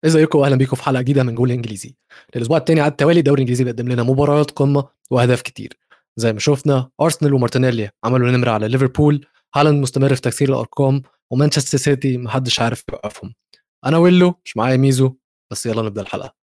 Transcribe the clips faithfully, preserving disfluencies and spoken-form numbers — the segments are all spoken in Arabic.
ازيكم واهلا بيكم في حلقه جديده من جول انجليزي. الاسبوع الثاني على التوالي الدوري الانجليزي بيقدم لنا مباريات قمه واهداف كتير. زي ما شفنا ارسنال ومارتينيلي عملوا نمره على ليفربول، هالاند مستمر في تكسير الارقام، ومانشستر سيتي محدش عارف يوقفهم. انا ويلو مش معايا ميزو، بس يلا نبدا الحلقه.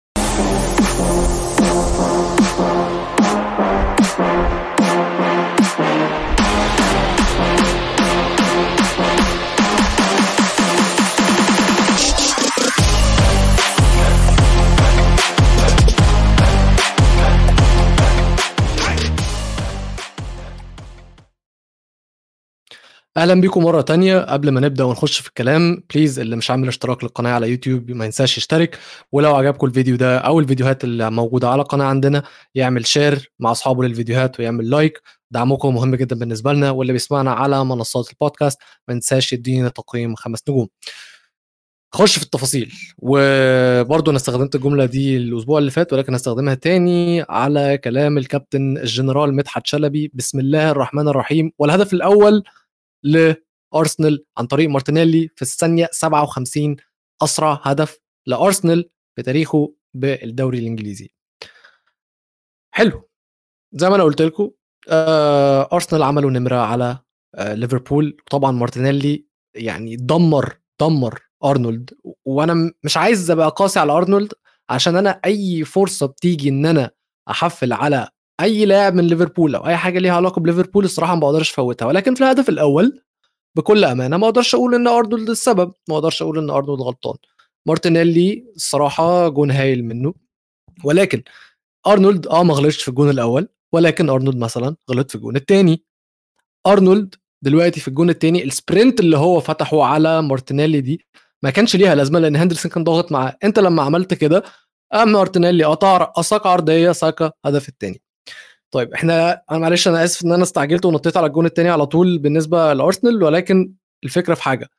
اهلا بيكم مره تانية. قبل ما نبدا ونخش في الكلام، بليز اللي مش عامل اشتراك للقناه على يوتيوب ما ينساش يشترك، ولو عجبكم الفيديو ده او الفيديوهات اللي موجوده على القناه عندنا يعمل شير مع اصحابه للفيديوهات ويعمل لايك. دعمكم مهم جدا بالنسبه لنا، واللي بيسمعنا على منصات البودكاست ما ينساش يدينا تقييم خمس نجوم. خش في التفاصيل. وبرضه انا استخدمت الجمله دي الاسبوع اللي فات، ولكن هستخدمها تاني على كلام الكابتن الجنرال مدحت شلبي. بسم الله الرحمن الرحيم. والهدف الاول لارسنال عن طريق مارتينيلي في الثانيه سبعة وخمسين، اسرع هدف لارسنال في تاريخه بالدوري الانجليزي. حلو. زي ما انا قلت لكم، آه ارسنال عملوا نمره على آه ليفربول. طبعا مارتينيلي يعني دمر دمر ارنولد، وانا مش عايز ابقى قاسي على ارنولد، عشان انا اي فرصه بتيجي ان انا احفل على اي لاعب من ليفربول او اي حاجه ليها علاقه بليفربول الصراحه ما بقدرش افوتها. ولكن في الهدف الاول بكل امانه ما اقدرش اقول ان ارنولد السبب، ما اقدرش اقول ان ارنولد غلطان. مارتينيلي الصراحه جون هايل منه، ولكن ارنولد اه ما غلطش في الجون الاول، ولكن ارنولد مثلا غلط في الجون الثاني. ارنولد دلوقتي في الجون الثاني السبرنت اللي هو فتحه على مارتينيلي دي ما كانش ليها لازمه، لان هندرسون كان ضاغط معاه. انت لما عملت كده ام مارتينيلي قطع رقصك عرضيه ساكا هدف الثاني. طيب احنا انا معلش انا اسف ان انا استعجلت ونطيت على الجون الثاني على طول بالنسبه لارسنال، ولكن الفكره في حاجه.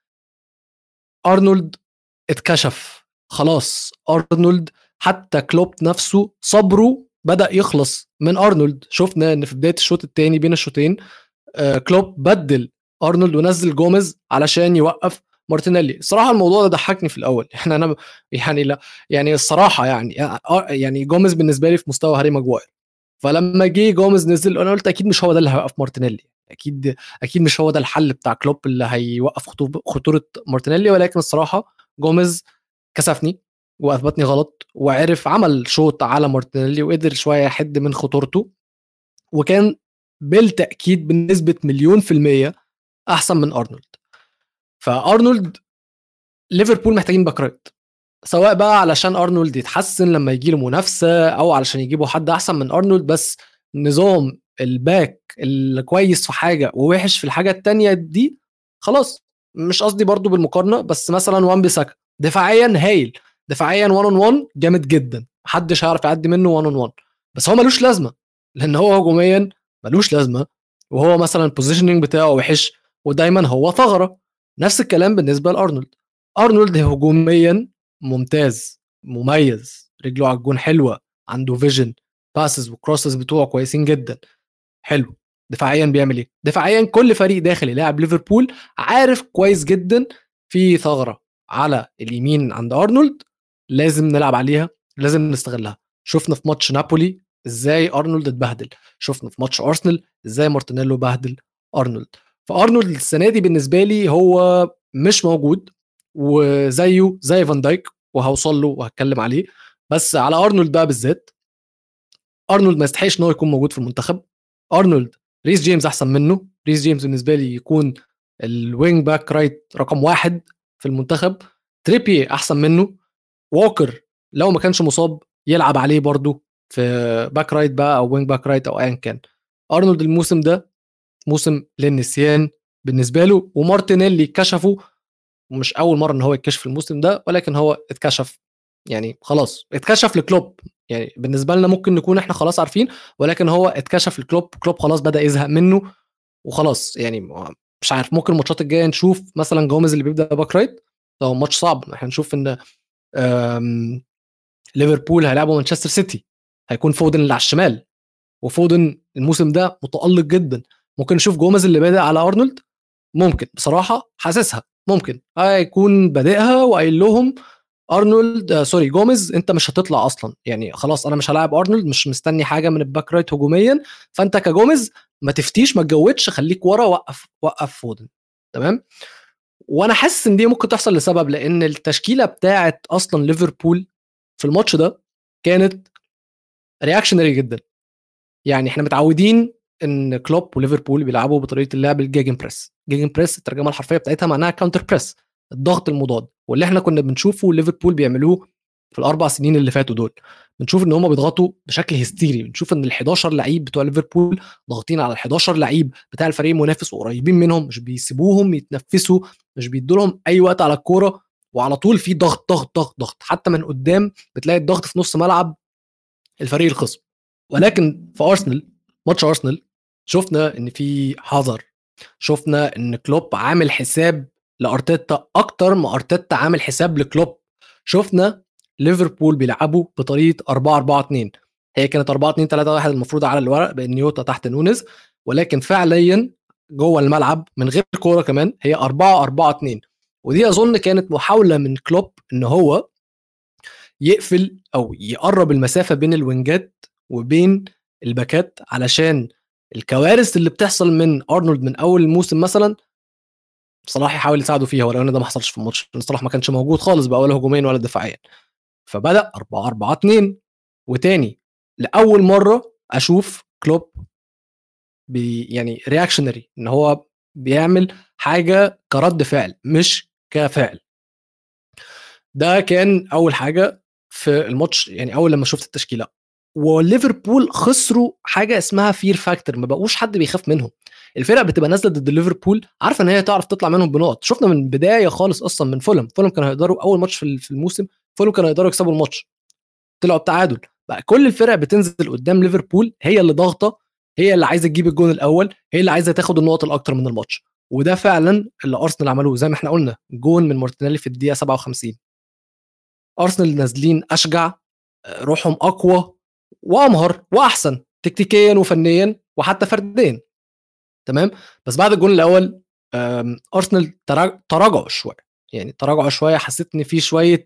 ارنولد اتكشف خلاص. ارنولد حتى كلوب نفسه صبره بدأ يخلص من ارنولد. شفنا ان في بدايه الشوط الثاني بين الشوطين آه كلوب بدل ارنولد ونزل جوميز علشان يوقف مارتينيلي. الصراحه الموضوع ده ضحكني في الاول يعني انا يعني لا يعني الصراحه يعني يعني جوميز بالنسبه لي في مستوى هاري ماجواير. فلما جه جوميز نزل انا قلت اكيد مش هو ده اللي هيوقف مارتينيلي، اكيد اكيد مش هو ده الحل بتاع كلوب اللي هيوقف خطوره مارتينيلي. ولكن الصراحه جوميز كسفني واثبتني غلط، وعرف عمل شوط على مارتينيلي وقدر شويه يحد من خطورته، وكان بالتاكيد بنسبه مليون في الميه احسن من ارنولد. فارنولد ليفربول محتاجين باك رايت، سواء بقى علشان ارنولد يتحسن لما يجي له منافسه او علشان يجيبوا حد احسن من ارنولد. بس نظام الباك الكويس في حاجه ووحش في الحاجه التانية دي خلاص. مش قصدي برضو بالمقارنه، بس مثلا وان بيساكا دفاعيا هايل، دفاعيا واحد اون واحد جامد جدا، محدش هيعرف يعدي منه واحد اون واحد، بس هو ملوش لازمه لان هو هجوميا ملوش لازمه، وهو مثلا البوزيشننج بتاعه وحش ودايما هو ثغره. نفس الكلام بالنسبه لارنولد. ارنولد هجوميا ممتاز مميز، رجله على الجون حلوه، عنده فيجن، باسز وكروسز بتوعه كويسين جدا، حلو. دفاعيا بيعمل ايه؟ دفاعيا كل فريق داخل يلاعب ليفربول عارف كويس جدا في ثغره على اليمين عند ارنولد، لازم نلعب عليها، لازم نستغلها. شفنا في ماتش نابولي ازاي ارنولد اتبهدل، شفنا في ماتش ارسنال ازاي مارتينيلو بهدل ارنولد. فارنولد السنه دي بالنسبه لي هو مش موجود، وزيه زي فان دايك وهوصل له وهتكلم عليه. بس على ارنولد بقى بالذات، ارنولد ما يستحقش ان هو يكون موجود في المنتخب. ارنولد ريس جيمس احسن منه. ريس جيمس بالنسبه لي يكون الوينج باك رايت رقم واحد في المنتخب. تريبي احسن منه. ووكر لو ما كانش مصاب يلعب عليه برضو في باك رايت بقى او وينج باك رايت او ايا كان. ارنولد الموسم ده موسم للنسيان بالنسبه له، ومارتينيلي كشفه، ومش اول مره ان هو يتكشف الموسم ده، ولكن هو اتكشف يعني خلاص اتكشف لكلوب. يعني بالنسبه لنا ممكن نكون احنا خلاص عارفين، ولكن هو اتكشف لكلوب. كلوب خلاص بدا يزهق منه وخلاص. يعني مش عارف، ممكن الماتشات الجايه نشوف مثلا جوميز اللي بيبدا باك رايت، ده ماتش صعب. احنا هنشوف ان ليفربول هيلعبوا مانشستر سيتي، هيكون فودن اللي على الشمال، وفودن الموسم ده متالق جدا. ممكن نشوف جوميز اللي بادئ على ارنولد، ممكن بصراحه حاسسها ممكن هيكون بادئها وقايل لهم ارنولد آه سوري جوميز انت مش هتطلع اصلا، يعني خلاص انا مش هلاعب ارنولد، مش مستني حاجه من الباك رايت هجوميا، فانت كجوميز ما تفتيش ما تجودش، خليك ورا، وقف وقف فودن. تمام. وانا حاسس ان دي ممكن تحصل لسبب، لان التشكيله بتاعه اصلا ليفربول في الماتش ده كانت رياكشنري جدا. يعني احنا متعودين ان كلوب وليفربول بيلعبوا بطريقه اللعب الجيجن بريس. جيجن بريس الترجمه الحرفيه بتاعتها معناها كاونتر بريس، الضغط المضاد، واللي احنا كنا بنشوفه ليفربول بيعملوه في الاربع سنين اللي فاتوا دول. بنشوف ان هم بيضغطوا بشكل هستيري، بنشوف ان ال11 لعيب بتوع ليفربول ضاغطين على ال11 لعيب بتاع الفريق المنافس وقريبين منهم، مش بيسيبوهم يتنفسوا، مش بيدوا لهم اي وقت على الكوره، وعلى طول في ضغط ضغط ضغط ضغط، حتى من قدام بتلاقي الضغط في نص ملعب الفريق الخصم. ولكن في ارسنال، ماتش ارسنال، شفنا ان في حذر، شفنا ان كلوب عامل حساب لارتيتا اكتر ما ارتيتا عامل حساب لكلوب. شفنا ليفربول بيلعبوا بطريقه أربعة أربعة اتنين، هي كانت أربعة اتنين تلاتة واحد المفروض على الورق بان نيوتا تحت نونز، ولكن فعليا جوه الملعب من غير كوره كمان هي أربعة أربعة اتنين. ودي اظن كانت محاوله من كلوب ان هو يقفل او يقرب المسافه بين الوينجات وبين الباكات، علشان الكوارث اللي بتحصل من ارنولد من اول الموسم مثلا صلاح يحاول يساعده فيها، ولو ان ده ما حصلش في الماتش لان صلاح ما كانش موجود خالص بقى ولا هجوميا ولا دفاعيا. فبدا أربعة أربعة اتنين. وتاني لاول مره اشوف كلوب بي يعني رياكشنري، ان هو بيعمل حاجه كرد فعل مش كفعل. ده كان اول حاجه في الماتش، يعني اول لما شفت التشكيله. وليفربول خسروا حاجه اسمها فير فاكتور، ما بقوش حد بيخاف منهم. الفرق بتبقى نازله ضد ليفربول عارفه ان هي تعرف تطلع منهم بنقط. شفنا من البدايه خالص اصلا من فولم، فولم كانوا هيقدروا اول ماتش في الموسم، فولم كانوا هيقدروا يكسبوا الماتش، طلعوا بتعادل. بقى كل الفرق بتنزل قدام ليفربول هي اللي ضاغطه، هي اللي عايزه تجيب الجون الاول، هي اللي عايزه تاخد النقط الاكتر من الماتش. وده فعلا اللي ارسنال عملوه، زي ما احنا قلنا جون من مارتينيلي في الدقيقه سبعة وخمسين. ارسنال نازلين اشجع، روحهم اقوى وامهر واحسن تكتيكيا وفنيا وحتى فرديا. تمام. بس بعد الجون الاول ارسنال تراجعوا شويه، يعني تراجعوا شويه، حسيت ان في شويه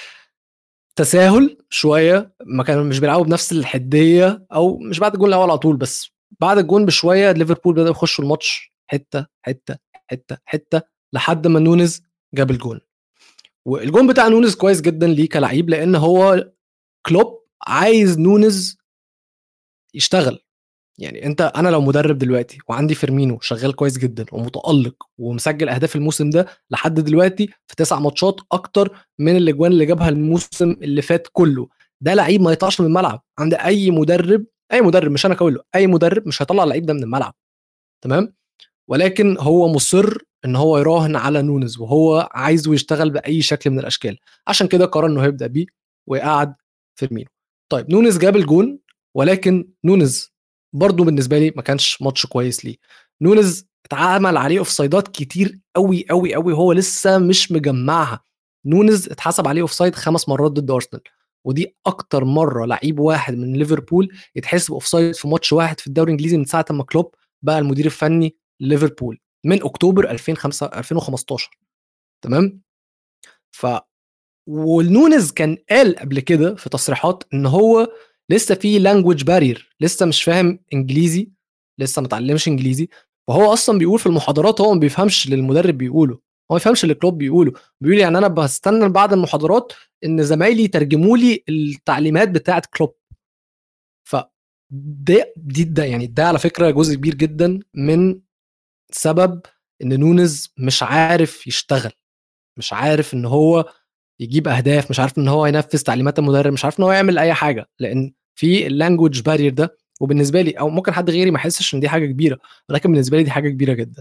تساهل شويه، ما كانوا مش بيلعبوا بنفس الحديه، او مش بعد الجون الاول على طول، بس بعد الجون بشويه ليفربول بدأوا يخشوا الماتش حته حته حته حته لحد ما نونز جاب الجون. والجون بتاع نونز كويس جدا ليه كلاعب، لان هو كلوب عايز نونز يشتغل. يعني انت انا لو مدرب دلوقتي وعندي فيرمينو شغال كويس جدا ومتألق ومسجل اهداف الموسم ده لحد دلوقتي في تسع ماتشات اكتر من الاجوان اللي جابها الموسم اللي فات كله، ده لعيب ما يطلعش من الملعب عند اي مدرب. اي مدرب، مش انا كله، اي مدرب مش هيطلع اللعيب ده من الملعب. تمام. ولكن هو مصر ان هو يراهن على نونز، وهو عايزه يشتغل باي شكل من الاشكال، عشان كده قرر انه هيبدا بيه ويقعد فيرمينو. طيب نونز جاب الجون، ولكن نونز برضو بالنسبه لي ما كانش ماتش كويس ليه. نونز اتعمل عليه اوفسايدات كتير قوي قوي قوي، هو لسه مش مجمعها. نونز اتحسب عليه اوفسايد خمس مرات ضد ارسنال، ودي اكتر مره لعيب واحد من ليفربول يتحسب اوفسايد في ماتش واحد في الدوري الانجليزي من ساعه ما كلوب بقى المدير الفني ليفربول من اكتوبر ألفين وخمستاشر. تمام. ف والنونز كان قال قبل كده في تصريحات ان هو لسه في لانجويج بارير، لسه مش فاهم انجليزي، لسه ما اتعلمش انجليزي. وهو اصلا بيقول في المحاضرات هو ما بيفهمش اللي المدرب بيقوله، هو ما بيفهمش اللي كلوب بيقوله. بيقول يعني انا بستنى بعد المحاضرات ان زمايلي يترجموا لي التعليمات بتاعه كلوب. ف ده دي ده يعني ده على فكره جزء كبير جدا من سبب ان نونز مش عارف يشتغل، مش عارف ان هو يجيب اهداف، مش عارف ان هو ينفذ تعليمات المدرب، مش عارف ان هو يعمل اي حاجه، لان في اللانجويج بارير ده. وبالنسبه لي او ممكن حد غيري ما يحسش ان دي حاجه كبيره، ولكن بالنسبه لي دي حاجه كبيره جدا.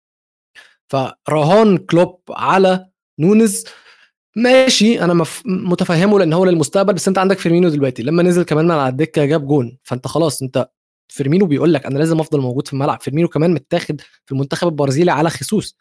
فرهان كلوب على نونز ماشي، انا مف... متفهمه لان هو للمستقبل، بس انت عندك فيرمينو دلوقتي لما نزل كمان من على الدكه جاب جون، فانت خلاص انت فيرمينو بيقول لك انا لازم افضل موجود في الملعب. فيرمينو كمان متاخد في المنتخب البرازيلي على خصوص.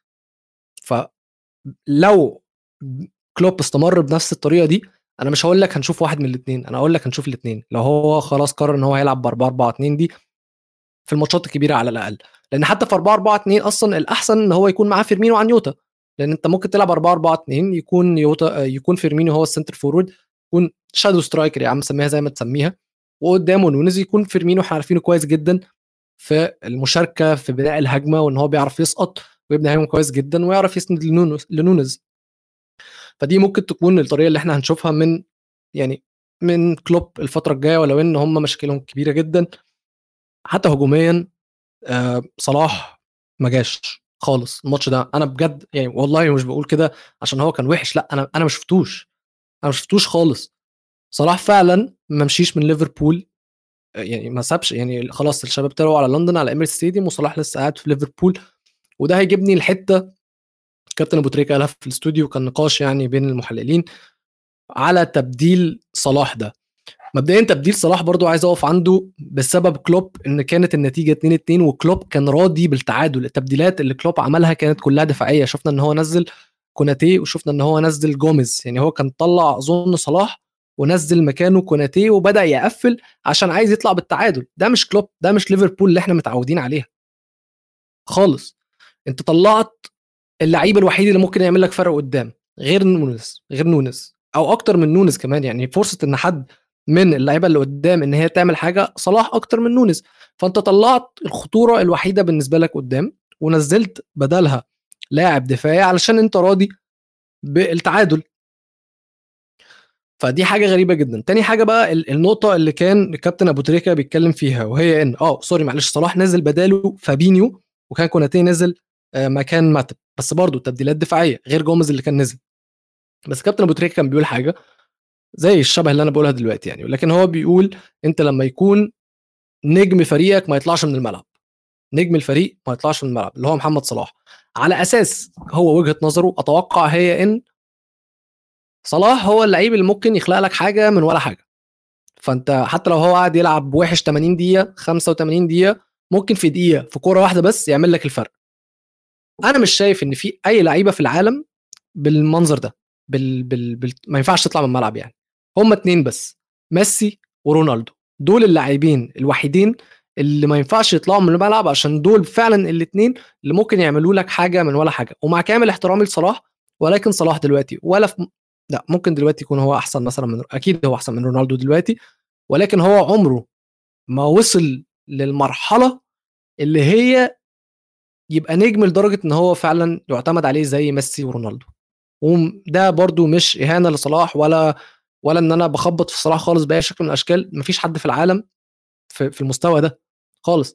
فلو كلوب استمر بنفس الطريقه دي، انا مش هقول لك هنشوف واحد من الاثنين، انا هقول لك هنشوف الاثنين. لو هو خلاص قرر ان هو هيلعب ب أربعة أربعة اتنين دي في الماتشات الكبيره على الاقل، لان حتى في أربعة أربعة اتنين اصلا الاحسن ان هو يكون معاه فيرمينو عن يوتا. لان انت ممكن تلعب أربعة أربعة اتنين، يكون يوتا يكون فيرمينيو هو السنتر فورورد، يكون شادو سترايكر يا عم سميها زي ما تسميها، وقدامه نونيز. يكون فيرمينيو احنا عارفينه كويس جدا في المشاركه في بناء الهجمه، وان هو بيعرف يسقط ويبني هجمه كويس جدا ويعرف يسند لنونز لنونز فدي ممكن تكون الطريقه اللي احنا هنشوفها من يعني من كلوب الفتره الجايه، ولو ان هم مشاكلهم كبيره جدا حتى هجوميا. آه صلاح ما جاش خالص الماتش ده، انا بجد يعني والله مش بقول كده عشان هو كان وحش، لا انا انا ما شفتوش، انا ما شفتوش خالص. صلاح فعلا ما مشيش من ليفربول، آه، يعني ما سابش، يعني خلاص الشباب طلعوا على لندن على اميريتس ستاديوم وصلاح لسه قاعد في ليفربول. وده هيجيبني الحته كابتن ابو تريكه قالها في الاستوديو، كان نقاش يعني بين المحللين على تبديل صلاح ده. مبدئيا تبديل صلاح برضو عايز اقف عنده بسبب كلوب، ان كانت النتيجه اتنين اتنين وكلوب كان راضي بالتعادل. التبديلات اللي كلوب عملها كانت كلها دفاعيه، شفنا ان هو نزل كوناتي وشفنا ان هو نزل جوميز، يعني هو كان طلع اظن صلاح ونزل مكانه كوناتي وبدا يقفل عشان عايز يطلع بالتعادل. ده مش كلوب، ده مش ليفربول اللي احنا متعودين عليها خالص. انت طلعت اللعيب الوحيد اللي ممكن يعمل لك فرق قدام غير نونس، غير نونس او اكتر من نونس كمان، يعني فرصه ان حد من اللعيبه اللي قدام ان هي تعمل حاجه صلاح اكتر من نونس. فانت طلعت الخطوره الوحيده بالنسبه لك قدام ونزلت بدلها لاعب دفاعي علشان انت راضي بالتعادل. فدي حاجه غريبه جدا. تاني حاجه بقى النقطه اللي كان الكابتن ابو تريكه بيتكلم فيها، وهي ان اه سوري معلش صلاح نزل بداله فابينيو وكان كوناتي نزل آه مكان ماتب، بس برضه تبديلات دفاعيه غير جوميز اللي كان نزل. بس كابتن ابو تريكه كان بيقول حاجه زي الشبه اللي انا بقولها دلوقتي يعني، لكن هو بيقول انت لما يكون نجم فريقك ما يطلعش من الملعب، نجم الفريق ما يطلعش من الملعب اللي هو محمد صلاح، على اساس هو وجهه نظره اتوقع هي ان صلاح هو اللعيب اللي ممكن يخلق لك حاجه من ولا حاجه. فانت حتى لو هو قاعد يلعب وحش تمانين دقيقه خمسة وتمانين دقيقه، ممكن في دقيقه في كوره واحده بس يعمل لك الفرق. انا مش شايف ان في اي لعيبه في العالم بالمنظر ده، بال... بال... بال... ما ينفعش تطلع من الملعب يعني. هما اتنين بس، ميسي ورونالدو، دول اللاعبين الوحيدين اللي ما ينفعش يطلعوا من الملعب، عشان دول فعلا الاتنين اللي ممكن يعملوا لك حاجه من ولا حاجه. ومع كامل احترامي لصلاح، ولكن صلاح دلوقتي ولا في لا ممكن دلوقتي يكون هو احسن مثلا من، اكيد هو احسن من رونالدو دلوقتي، ولكن هو عمره ما وصل للمرحله اللي هي يبقى نجم لدرجه ان هو فعلا يعتمد عليه زي ميسي ورونالدو. وده برضو مش اهانه لصلاح ولا ولا ان انا بخبط في صلاح خالص باي شكل من الاشكال. مفيش حد في العالم في, في المستوى ده خالص.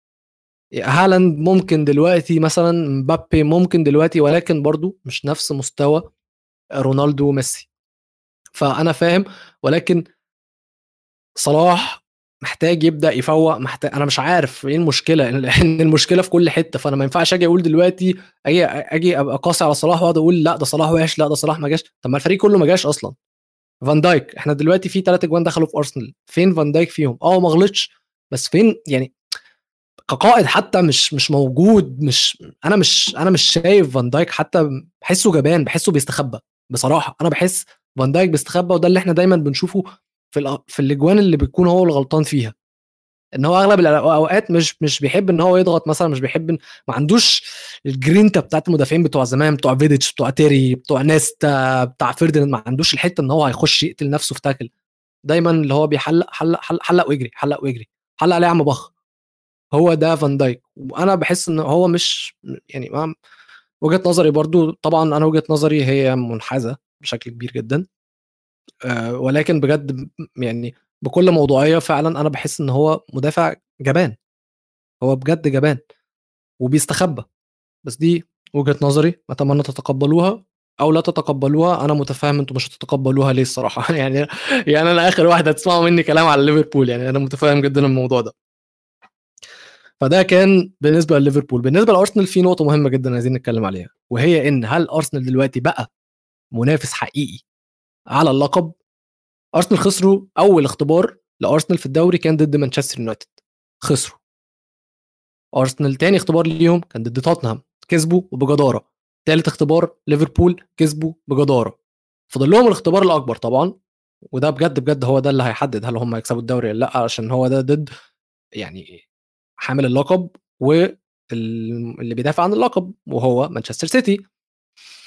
هالاند ممكن دلوقتي مثلا، مبابي ممكن دلوقتي، ولكن برضو مش نفس مستوى رونالدو وميسي. فانا فاهم، ولكن صلاح محتاج يبدا يفوق. محتاج، انا مش عارف ايه المشكله، ان المشكله في كل حته. فانا ما ينفعش اجي اقول دلوقتي اجي اجي ابقى قاسي على صلاح واقعد اقول لا ده صلاح وحش، لا ده صلاح ما جاش. طب ما الفريق كله ما جاش اصلا. فان دايك، احنا دلوقتي في ثلاثة اجوان دخلوا في ارسنال، فين فان دايك فيهم؟ اه ما غلطش، بس فين يعني كقائد حتى مش مش موجود. مش انا مش انا مش شايف فان دايك حتى، بحسه جبان، بحسه بيستخبى. بصراحه انا بحس فان دايك بيستخبى، وده اللي احنا دايما بنشوفه في الأ- في الاجوان اللي بيكون هو الغلطان فيها، ان هو اغلب الاوقات مش مش بيحب ان هو يضغط مثلا، مش بيحب إن ما عندوش الجرينتا بتاعت المدافعين بتوع زمان، بتوع فيديتش، بتوع تيري، بتوع نيستا، بتاع فيرديناند. ما عندوش الحته ان هو هيخش يقتل نفسه في تاكل. دايما اللي هو بيحلق حلق حلق, حلق ويجري، حلق ويجري، حلق عليه يا عم بخ. هو ده فان دايك. وانا بحس ان هو مش يعني ما وجهه نظري برضو طبعا، انا وجهه نظري هي منحازه بشكل كبير جدا. أه ولكن بجد يعني بكل موضوعيه فعلا انا بحس ان هو مدافع جبان. هو بجد جبان وبيستخبى. بس دي وجهة نظري، اتمنى تتقبلوها او لا تتقبلوها. انا متفاهم انتوا مش هتتقبلوها ليه الصراحه يعني يعني انا اخر واحد هتسمعوا مني كلام على ليفربول، يعني انا متفاهم جدا الموضوع ده. فده كان بالنسبه لليفربول. بالنسبه لارسنال في نقطه مهمه جدا عايزين نتكلم عليها، وهي ان هل ارسنال دلوقتي بقى منافس حقيقي على اللقب؟ ارسنال خسروا اول اختبار لارسنال في الدوري كان ضد مانشستر يونايتد، خسروا. ارسنال تاني اختبار ليهم كان ضد توتنهام، كسبوا وبجداره. تالت اختبار ليفربول، كسبوا بجداره. فضل لهم الاختبار الاكبر طبعا، وده بجد بجد هو ده اللي هيحدد هل هم يكسبوا الدوري ولا لا، عشان هو ده ضد يعني حامل اللقب واللي بيدافع عن اللقب وهو مانشستر سيتي.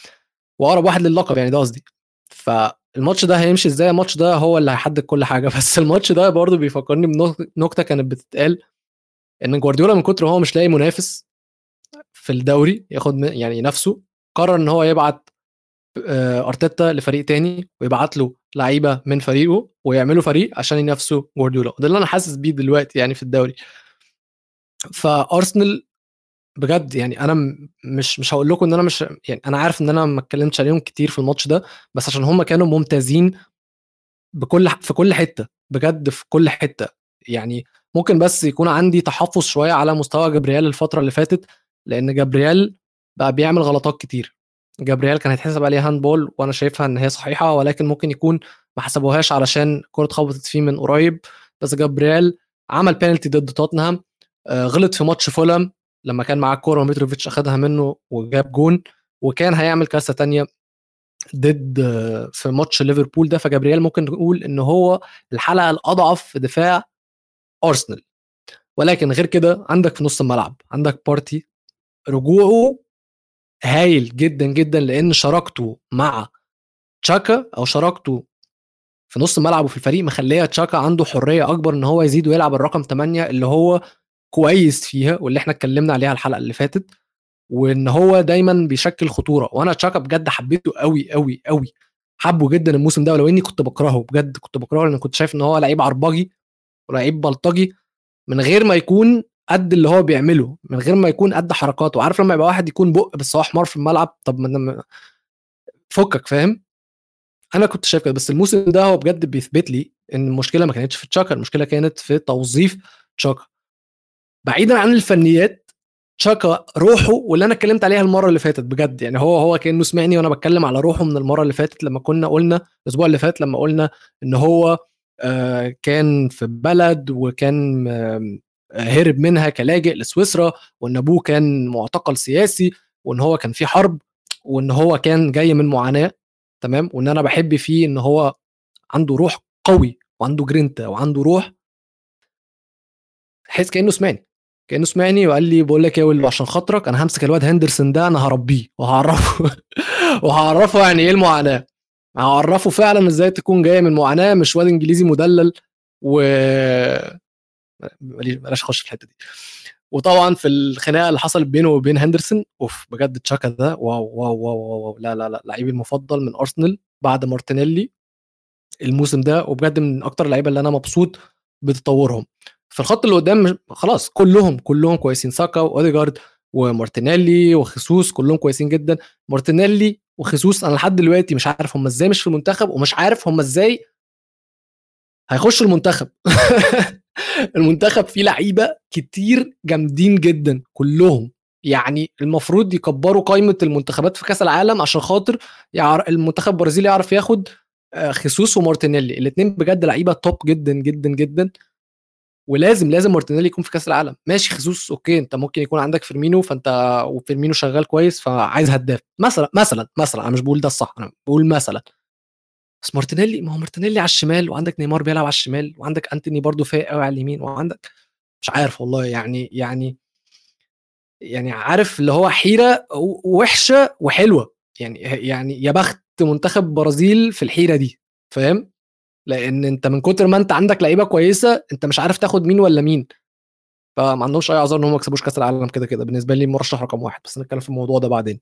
واقرب واحد للقب يعني، ده قصدي. فالماتش ده هيمشي ازاي؟ الماتش ده هو اللي هيحدد كل حاجه. بس الماتش ده برضه بيفكرني بنكته كانت بتتقال، ان جوارديولا من كتر هو مش لاقي منافس في الدوري ياخد يعني نفسه، قرر ان هو يبعت ارتيتا لفريق تاني ويبعت له لعيبه من فريقه ويعملوا فريق عشان ينافسوا جوارديولا. ده اللي انا حاسس بيه دلوقتي يعني في الدوري. فارسنال بجد يعني انا مش مش هقول لكم ان انا مش يعني انا عارف ان انا ما اتكلمتش عليهم كتير في الماتش ده، بس عشان هم كانوا ممتازين بكل في كل حته، بجد في كل حته. يعني ممكن بس يكون عندي تحفظ شويه على مستوى جابرييل الفتره اللي فاتت، لان جابرييل بقى بيعمل غلطات كتير. جابرييل كان هيتحسب عليه هاندبول وانا شايفها ان هي صحيحه، ولكن ممكن يكون ما حسبوهاش علشان كره خبطت فيه من قريب. بس جابرييل عمل بينالتي ضد توتنهام، آه، غلط في ماتش فولهام لما كان معاه الكوره وميتروفيتش اخدها منه وجاب جون، وكان هيعمل كاسه تانية ضد في ماتش ليفربول ده. فجابرييل ممكن نقول ان هو الحلقه الاضعف في دفاع ارسنال. ولكن غير كده عندك في نص الملعب عندك بارتي، رجوعه هايل جدا جدا، لان شراكته مع تشاكا او شراكته في نص الملعب وفي الفريق مخليه تشاكا عنده حريه اكبر ان هو يزيد ويلعب الرقم ثمانية اللي هو كويس فيها واللي احنا اتكلمنا عليها الحلقه اللي فاتت، وان هو دايما بيشكل خطوره. وانا تشاكا بجد حبيته قوي قوي قوي، حبه جدا الموسم ده، ولو اني كنت بكرهه بجد، كنت بكرهه لان كنت شايف ان هو لعيب عربجي ولعيب بلطجي من غير ما يكون قد اللي هو بيعمله، من غير ما يكون قد حركاته. عارف لما يبقى واحد يكون بق بس هو حمار في الملعب؟ طب ما فكك، فاهم؟ انا كنت شايف كده. بس الموسم ده هو بجد بيثبت لي ان المشكله ما كانتش في تشاكا، المشكله كانت في توظيف تشاكا. بعيدا عن الفنيات، تشاكا روحه واللي انا اتكلمت عليها المره اللي فاتت بجد، يعني هو هو كانه سمعني وانا بتكلم على روحه من المره اللي فاتت لما كنا قلنا الاسبوع اللي فات، لما قلنا ان هو آه كان في بلد وكان آه هرب منها كلاجئ لسويسرا، وان ابوه كان معتقل سياسي، وان هو كان في حرب، وان هو كان جاي من معاناه. تمام. وان انا بحب فيه ان هو عنده روح قوي وعنده جرينتا وعنده روح، حس كانه سمعني، كانه سمعني وقال لي بقول لك ايه يا ولد، عشان خاطرك انا همسك الواد هندرسون ده، انا هربيه وهعرفه وهعرفه يعني ايه المعاناه، هعرفه فعلا ازاي تكون جايه من معاناه، مش واد انجليزي مدلل. و بلاش اخش في الحته دي. وطبعا في الخناقه اللي حصلت بينه وبين هندرسون، اوف بجد تشاكا ده واو واو واو, واو. لا لا لا لعيبي المفضل من ارسنال بعد مارتينيلي الموسم ده، وبجد من اكتر اللعيبه اللي انا مبسوط بتطورهم. في الخط اللي قدام خلاص كلهم كلهم كويسين، ساكا واوديجارد ومارتينيلي وخيسوس كلهم كويسين جدا. مارتينيلي وخيسوس انا لحد دلوقتي مش عارف هم ازاي مش في المنتخب، ومش عارف هم ازاي هيخشوا المنتخب المنتخب فيه لعيبه كتير جامدين جدا كلهم، يعني المفروض يكبروا قائمه المنتخبات في كاس العالم عشان خاطر يعر... المنتخب البرازيلي يعرف ياخد خيسوس ومارتينيلي. الاثنين بجد لعيبه توب جدا جدا جدا، ولازم لازم مارتينيلي يكون في كاس العالم. ماشي خيسوس اوكي، انت ممكن يكون عندك فيرمينو، فانت وفيرمينو شغال كويس فعايز هداف مثلا مثلا مثلا انا مش بقول ده الصح، انا بقول مثلا. بس مارتينيلي، ما هو مارتينيلي على الشمال، وعندك نيمار بيلعب على الشمال، وعندك انتوني برضو فايق قوي على اليمين، وعندك مش عارف والله يعني يعني يعني عارف اللي هو حيره وحشه وحلوه يعني يعني يا بخت منتخب برازيل في الحيره دي، فاهم؟ لان انت من كتر ما انت عندك لعيبه كويسه انت مش عارف تاخد مين ولا مين، فما عندهمش اي اعذار ان هم ما يكسبوش كاس العالم. كده كده بالنسبه لي مرشح رقم واحد، بس نتكلم في الموضوع ده بعدين.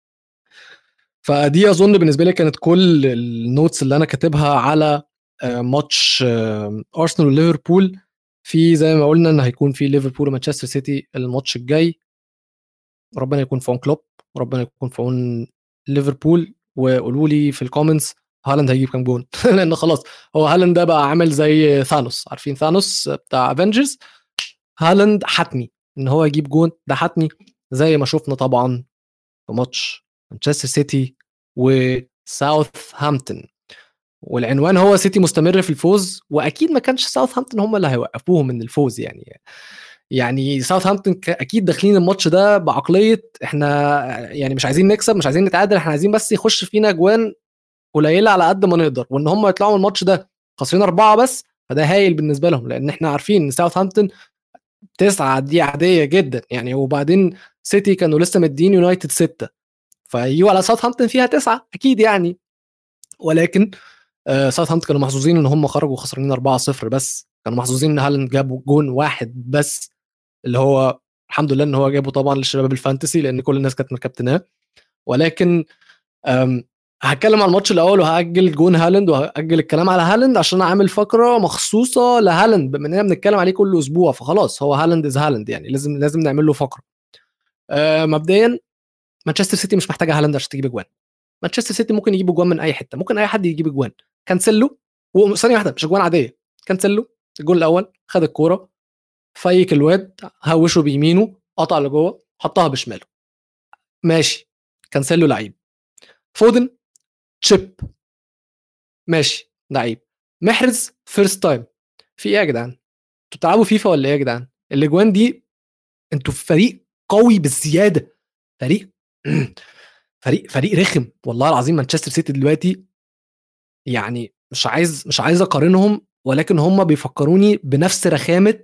فدي اظن بالنسبه لي كانت كل النوتس اللي انا كاتبها على ماتش ارسنال وليفربول. في زي ما قلنا ان هيكون في ليفربول ومانشستر سيتي الماتش الجاي. ربنا يكون في عون كلوب، وربنا يكون في عون ليفربول. وقولوا لي في الكومنتس هالاند هيجيب كام جون لان خلاص هو هالاند ده بقى عامل زي ثانوس، عارفين ثانوس بتاع افنجرز؟ هالاند حتمي ان هو يجيب جون، ده حتمي، زي ما شفنا طبعا في ماتش مانشستر سيتي وساوثهامبتون. والعنوان هو سيتي مستمر في الفوز، واكيد ما كانش ساوثهامبتون هم اللي هيوقفوهم من الفوز يعني. يعني ساوثهامبتون اكيد داخلين الماتش ده بعقليه احنا يعني مش عايزين نكسب، مش عايزين نتعادل، احنا عايزين بس يخش فينا اجوان قليله على قد ما نقدر، وان هم يطلعوا من الماتش ده خسرين اربعه بس، فده هايل بالنسبه لهم، لان احنا عارفين ان ساوثهامبتون تسعه دي عاديه جدا يعني. وبعدين سيتي كانوا لسه مدين يونايتد سته، فيجوا على ساوثهامبتون فيها تسعة اكيد يعني. ولكن آه ساوثهامبتون كانوا محظوظين ان هم خرجوا خسرانين أربعة صفر، بس كانوا محظوظين ان هالاند جابوا جون واحد بس، اللي هو الحمد لله ان هو جابه طبعا للشباب الفانتسي لان كل الناس كانت مكابتناه. ولكن هتكلم عن الماتش الاول وهاجل جون هالاند وهاجل الكلام على هالاند عشان اعمل فقره مخصوصه لهالاند بما اننا بنتكلم عليه كل اسبوع، فخلاص هو هالاند از هالاند يعني لازم لازم نعمل له فقره. أه مبدئيا مانشستر سيتي مش محتاجه هالاند عشان تجيب اجوان. مانشستر سيتي ممكن يجيب اجوان من اي حته، ممكن اي حد يجيب اجوان. كانسيلو وثانيه واحده مش اجوان عاديه، كانسيلو الجول الاول خد الكوره فيك الواد هوشه بيمينه قطع لجوه حطها بشماله ماشي، كانسيلو لعيب. فودن تشيب ماشي لعيب. محرز فيرست تايم. في ايه يا جدعان؟ انتوا بتلعبوا فيفا ولا ايه يا جدعان؟ الاجوان دي انتوا في فريق قوي بالزياده، فريق فريق فريق رخم والله العظيم. مانشستر سيتي دلوقتي يعني مش عايز مش عايز اقارنهم، ولكن هم بيفكروني بنفس رخامه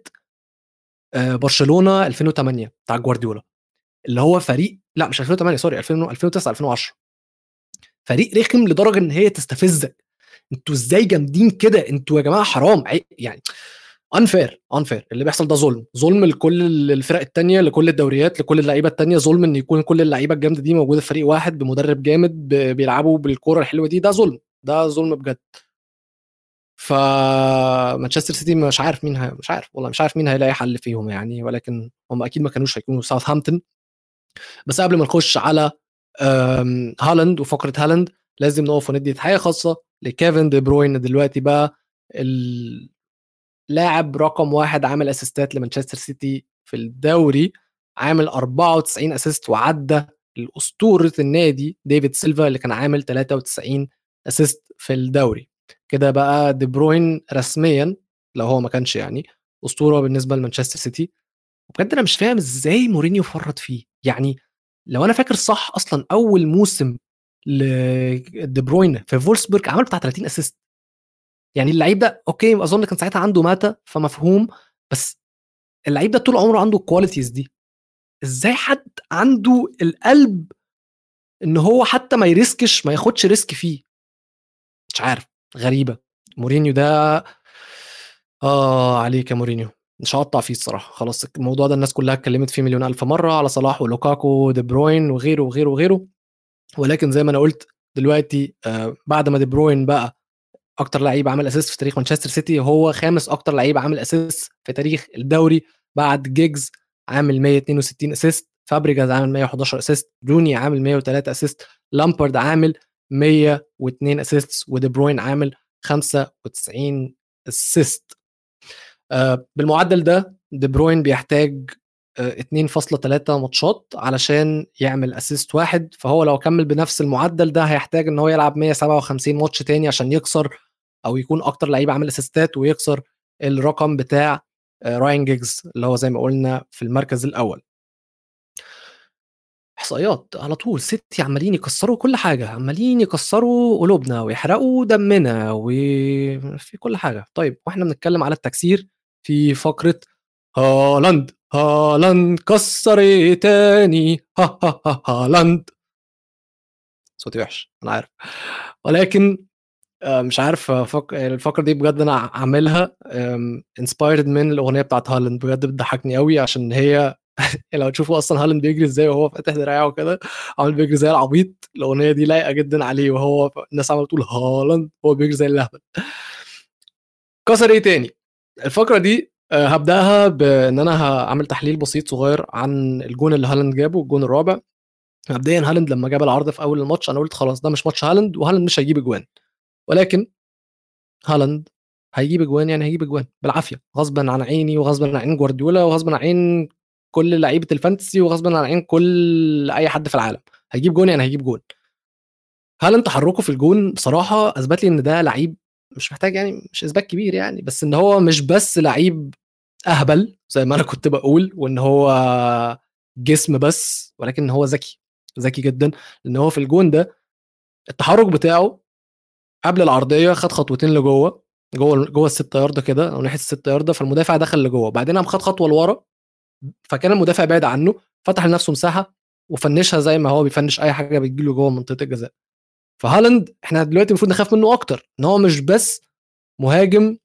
برشلونه ألفين وثمانية بتاع جوارديولا، اللي هو فريق لا مش ألفين وثمانية سوري ألفين ألفين وتسعة ألفين وعشرة. فريق رخم لدرجه ان هي تستفزك. انتوا ازاي جامدين كده؟ انتوا يا جماعه حرام يعني. انفير انفير اللي بيحصل ده ظلم، ظلم لكل الفرق التانية، لكل الدوريات، لكل اللعيبه التانية. ظلم ان يكون كل اللعيبه الجامده دي موجوده في فريق واحد بمدرب جامد بيلعبوا بالكوره الحلوه دي، ده ظلم، ده ظلم بجد. ف مانشستر سيتي مش عارف مين ه... مش عارف والله مش عارف مين هيلاقي حل فيهم يعني، ولكن هم اكيد ما كانوش هيكونوا ساوثهامبتون. بس قبل ما نخش على هالاند وفقره هالاند لازم نقف وندي تحيه خاصه لكيفن دي بروين. دلوقتي بقى ال... لاعب رقم واحد عامل اسيستات لمانشستر سيتي في الدوري، عامل أربعة وتسعين اسيست وعدى الاسطوره النادي ديفيد سيلفا اللي كان عامل ثلاثة وتسعين اسيست في الدوري. كده بقى دي بروين رسميا لو هو ما كانش يعني اسطوره بالنسبه لمانشستر سيتي. وبجد انا مش فاهم ازاي مورينيو فرط فيه يعني. لو انا فاكر صح اصلا اول موسم لدي بروين في فولسبورغ عمل بتاع ثلاثين اسيست. يعني اللعيب ده اوكي اظن كان ساعتها عنده ماتا فمفهوم، بس اللعيب ده طول عمره عنده الكواليتيز دي. ازاي حد عنده القلب ان هو حتى ما يريسكش ما ياخدش ريسك فيه؟ مش عارف، غريبه. مورينيو ده اه عليك يا مورينيو، مش هقطع فيه الصراحه. خلاص الموضوع ده الناس كلها اتكلمت فيه مليون الف مره على صلاح ولوكاكو ودي بروين وغيره وغيره وغيره. ولكن زي ما انا قلت دلوقتي آه بعد ما دي بروين بقى اكتر لعيب عمل اسيست في تاريخ مانشستر سيتي، هو خامس اكتر لعيب عمل اسيست في تاريخ الدوري بعد جيجز عامل مية واتنين وستين اسيست، فابريجاز عامل مية وحداشر اسيست، روني عامل مية وتلاتة اسيست، لامبارد عامل مية واتنين اسيست، ودي بروين عامل خمسة وتسعين اسيست. آه بالمعدل ده دي بروين بيحتاج آه اتنين فاصلة تلاتة ماتشات علشان يعمل اسيست واحد، فهو لو كمل بنفس المعدل ده هيحتاج ان هو يلعب مية وسبعة وخمسين ماتش تاني عشان يكسر او يكون اكتر لعيب عامل اسيستات ويكسر الرقم بتاع آه راين جيجز اللي هو زي ما قلنا في المركز الاول. احصائيات على طول، سيتي عمالين يكسروا كل حاجه، عمالين يكسروا قلوبنا ويحرقوا دمنا وفي كل حاجه. طيب واحنا بنتكلم على التكسير في فقره هالاند، هالاند كسر إيه تاني ها ها ها هالاند. صوتي وحش انا عارف، ولكن مش عارف فك... الفقره دي بجد انا عاملها انسبايرد من الاغنيه بتاعت هالاند، بجد بتضحكني قوي عشان هي لو تشوفوا اصلا هالاند بيجري ازاي وهو فاتح دراعه كده عامل بيجري زي العبيط، الاغنيه دي لايقه جدا عليه، وهو الناس عماله تقول هالاند هو بيجري زي اللهبل. كسر ايه تاني؟ الفقره دي هبداها بان انا هعمل تحليل بسيط صغير عن الجون اللي هالاند جابه، الجون الرابع. مبدئيا هالاند لما جاب العرض في اول الماتش انا قلت خلاص ده مش ماتش هالاند وهالاند مش هيجيب اجوان، ولكن هالاند هيجيب اجوان يعني هيجيب اجوان بالعافيه غصبا عن عيني وغصبا عن عين جوارديولا وغصبا عن عين كل لعيبه الفانتسي وغصبا عن عين كل اي حد في العالم. هيجيب جون يعني هيجيب جون. هالاند تحركه في الجون بصراحه اثبت لي ان ده لعيب مش محتاج يعني مش اثبات كبير يعني، بس ان هو مش بس لعيب اهبل زي ما انا كنت بقول وان هو جسم بس، ولكن هو ذكي ذكي جدا. لان هو في الجون ده التحرك بتاعه قبل العرضيه خد خطوتين لجوه جوه جوه الستة ياردة كده او ناحيه الستة ياردة، فالمدافع دخل لجوه بعدين قام خد خطوه لورا، فكان المدافع بعيد عنه فتح لنفسه مساحه وفنشها زي ما هو بيفنش اي حاجه بتجيله جوه منطقه الجزاء. فهالاند احنا دلوقتي المفروض نخاف منه اكتر، ان هو مش بس مهاجم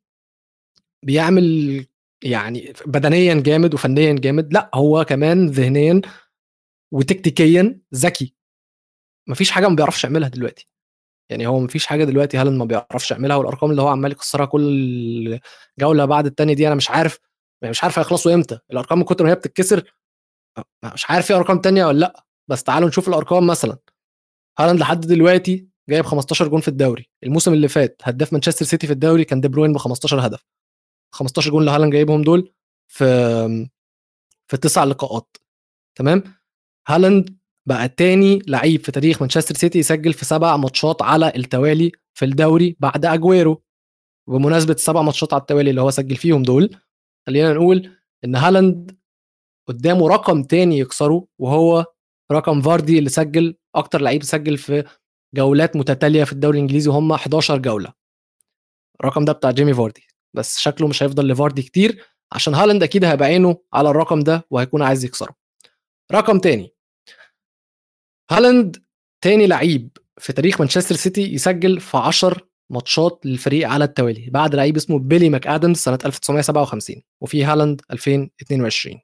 بيعمل يعني بدنيا جامد وفنيا جامد، لا هو كمان ذهنيا وتكتيكيا ذكي. مفيش حاجه ما بيعرفش يعملها دلوقتي، يعني هو مفيش حاجه دلوقتي هالاند ما بيعرفش يعملها. والارقام اللي هو عمال يكسرها كل جوله بعد التانية دي انا مش عارف يعني مش عارف هيخلصوا امتى. الارقام من كتر ما هي بتتكسر مش عارف في ارقام تانية ولا لا، بس تعالوا نشوف الارقام. مثلا هالاند لحد دلوقتي جايب خمستاشر جون في الدوري. الموسم اللي فات هداف مانشستر سيتي في الدوري كان دي بروين ب خمستاشر هدف. خمستاشر جون اللي هالاند جايبهم دول في في تسع لقاءات. تمام. هالاند بقى تاني لعيب في تاريخ مانشستر سيتي يسجل في سبع ماتشات على التوالي في الدوري بعد اجويرو. بمناسبه السبع ماتشات على التوالي اللي هو سجل فيهم دول، خلينا نقول ان هالاند قدامه رقم تاني يكسره، وهو رقم فاردي اللي سجل اكتر لعيب سجل في جولات متتاليه في الدوري الانجليزي وهم حداشر جوله. الرقم ده بتاع جيمي فاردي، بس شكله مش هيفضل لفاردي كتير عشان هالاند اكيد هيبقى عينه على الرقم ده وهيكون عايز يكسره. رقم تاني، هالاند تاني لعيب في تاريخ مانشستر سيتي يسجل في عشر ماتشات للفريق على التوالي بعد لعيب اسمه بيلي ماك ادمز سنه ألف وتسعمية سبعة وخمسين، وفي هالاند ألفين واتنين وعشرين.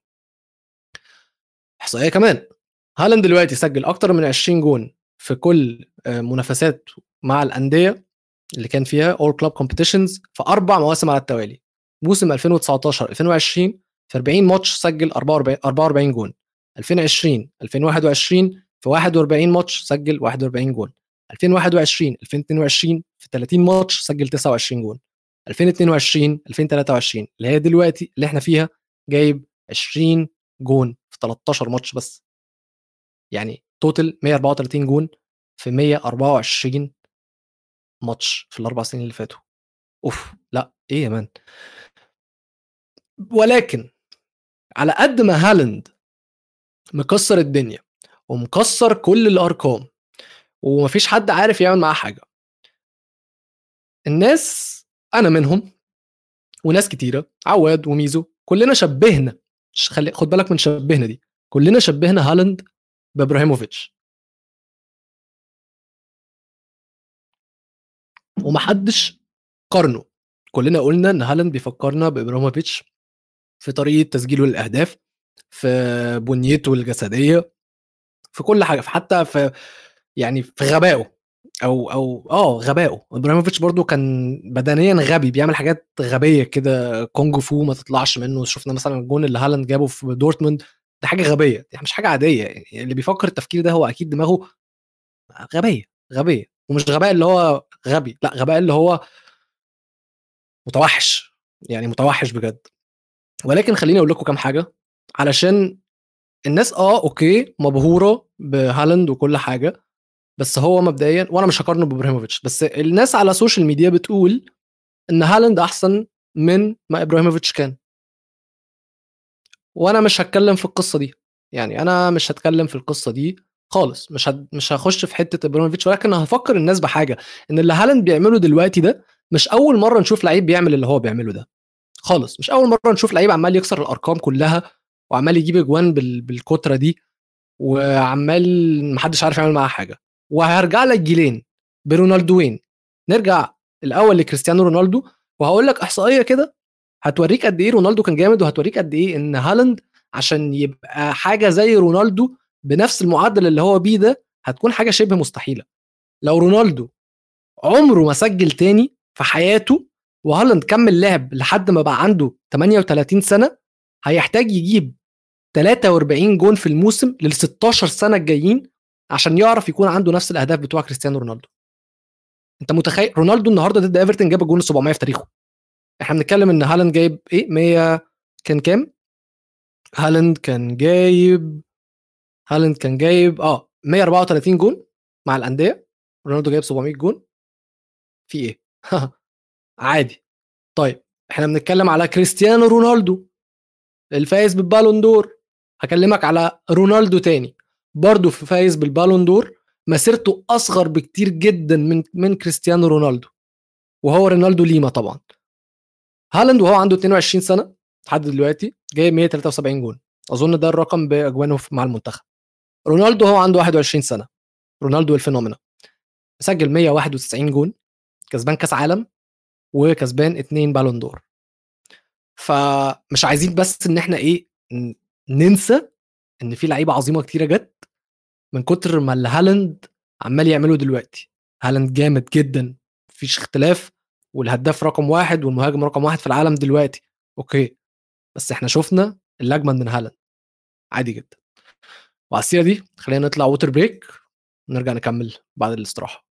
احصائيه كمان، هالاند دلوقتي سجل اكتر من عشرين جون في كل منافسات مع الانديه اللي كان فيها all club competitions في اربع مواسم على التوالي. موسم ألفين وتسعتاشر ألفين وعشرين في أربعين ماتش سجل أربعة وأربعين أربعة وأربعين جون. ألفين وعشرين ألفين وواحد وعشرين في واحد وأربعين ماتش سجل واحد وأربعين جون. ألفين وواحد وعشرين ألفين واتنين وعشرين في تلاتين ماتش سجل تسعة وعشرين جون. ألفين واتنين وعشرين ألفين وتلاتة وعشرين اللي هي دلوقتي اللي احنا فيها جايب عشرين جون في تلتاشر ماتش بس، يعني توتال مية وأربعة وتلاتين جون في مية وأربعة وعشرين ماتش في الاربع سنين اللي فاتوا. اوف، لا ايه يا مان. ولكن على قد ما هالاند مكسر الدنيا ومكسر كل الارقام ومفيش حد عارف يعمل معاه حاجه، الناس انا منهم وناس كتيره عواد وميزو كلنا شبهنا، خلي خد بالك من شبهنا دي، كلنا شبهنا هالاند بابراهيموفيتش ومحدش قارنه. كلنا قلنا ان هالاند بيفكرنا بابراهيموفيتش في طريقه تسجيله للاهداف، في بنيته الجسديه، في كل حاجه، في حتى في يعني في غبائه او او اه غبائه. ابراهيموفيتش برضو كان بدنيا غبي، بيعمل حاجات غبيه كده كونج فو ما تطلعش منه. شفنا مثلا الجون اللي هالاند جابه في دورتموند، ده حاجه غبيه، دي مش حاجه عاديه. يعني اللي بيفكر التفكير ده هو اكيد دماغه غبيه غبيه، ومش غباء اللي هو غبي، لا غباء اللي هو متوحش، يعني متوحش بجد. ولكن خليني اقول لكم كام حاجه علشان الناس اه اوكي مبهوره بهالاند وكل حاجه، بس هو مبدئيا وانا مش هقارنه بابراهيموفيتش، بس الناس على السوشيال ميديا بتقول ان هالاند احسن من ما ابراهيموفيتش كان، وانا مش هتكلم في القصه دي. يعني انا مش هتكلم في القصه دي خالص، مش هد... مش هخش في حته ابراهيموفيتش، ولكن هفكر الناس بحاجه، ان اللي هالاند بيعمله دلوقتي ده مش اول مره نشوف لعيب بيعمل اللي هو بيعمله ده خالص. مش اول مره نشوف لعيب عمال يكسر الارقام كلها وعمال يجيب اجوان بال... بالكتره دي وعمال محدش عارف يعمل معاه حاجه. وهرجع لك جيلين برونالدوين، نرجع الاول لكريستيانو رونالدو وهقول لك احصائيه كده هتوريك قد ايه رونالدو كان جامد، وهتوريك قد ايه ان هالاند عشان يبقى حاجه زي رونالدو بنفس المعدل اللي هو بيه ده هتكون حاجه شبه مستحيله. لو رونالدو عمره ما سجل تاني في حياته وهالاند كمل لعب لحد ما بقى عنده تمنية وتلاتين سنه، هيحتاج يجيب تلاتة وأربعين جون في الموسم لل ستاشر سنه الجايين عشان يعرف يكون عنده نفس الاهداف بتوع كريستيانو رونالدو. انت متخيل رونالدو النهارده ضد ايفرتون جاب الجون سبعمية في تاريخه؟ احنا بنتكلم ان هالاند جايب ايه مية، كان كام هالاند كان جايب هالاند كان جايب اه مية وأربعة وتلاتين جون مع الانديه، رونالدو جايب سبعمية جون في ايه عادي. طيب احنا بنتكلم على كريستيانو رونالدو الفايز بالبالون دور، هكلمك على رونالدو تاني برضه في فايز بالبالون دور، مسيرته اصغر بكتير جدا من من كريستيانو رونالدو، وهو رونالدو ليما طبعا. هالاند وهو عنده اتنين وعشرين سنه لحد دلوقتي جايب مية وتلاتة وسبعين جون، اظن ده الرقم باجوانه مع المنتخب. رونالدو هو عنده واحد وعشرين سنه، رونالدو الفينومينا، سجل مية وواحد وتسعين جون، كسبان كاس عالم، وكسبان اتنين بالون دور. فمش عايزين بس ان احنا ايه ننسى ان في لعيبه عظيمه كتيره جت من كتر ما الهالاند عمال يعمله دلوقتي. هالاند جامد جدا مفيش اختلاف، والهداف رقم واحد والمهاجم رقم واحد في العالم دلوقتي، اوكي، بس احنا شفنا الاجمل من هالاند عادي جدا. وعلى السيره دي خلينا نطلع ووتر بريك ونرجع نكمل بعد الاستراحه.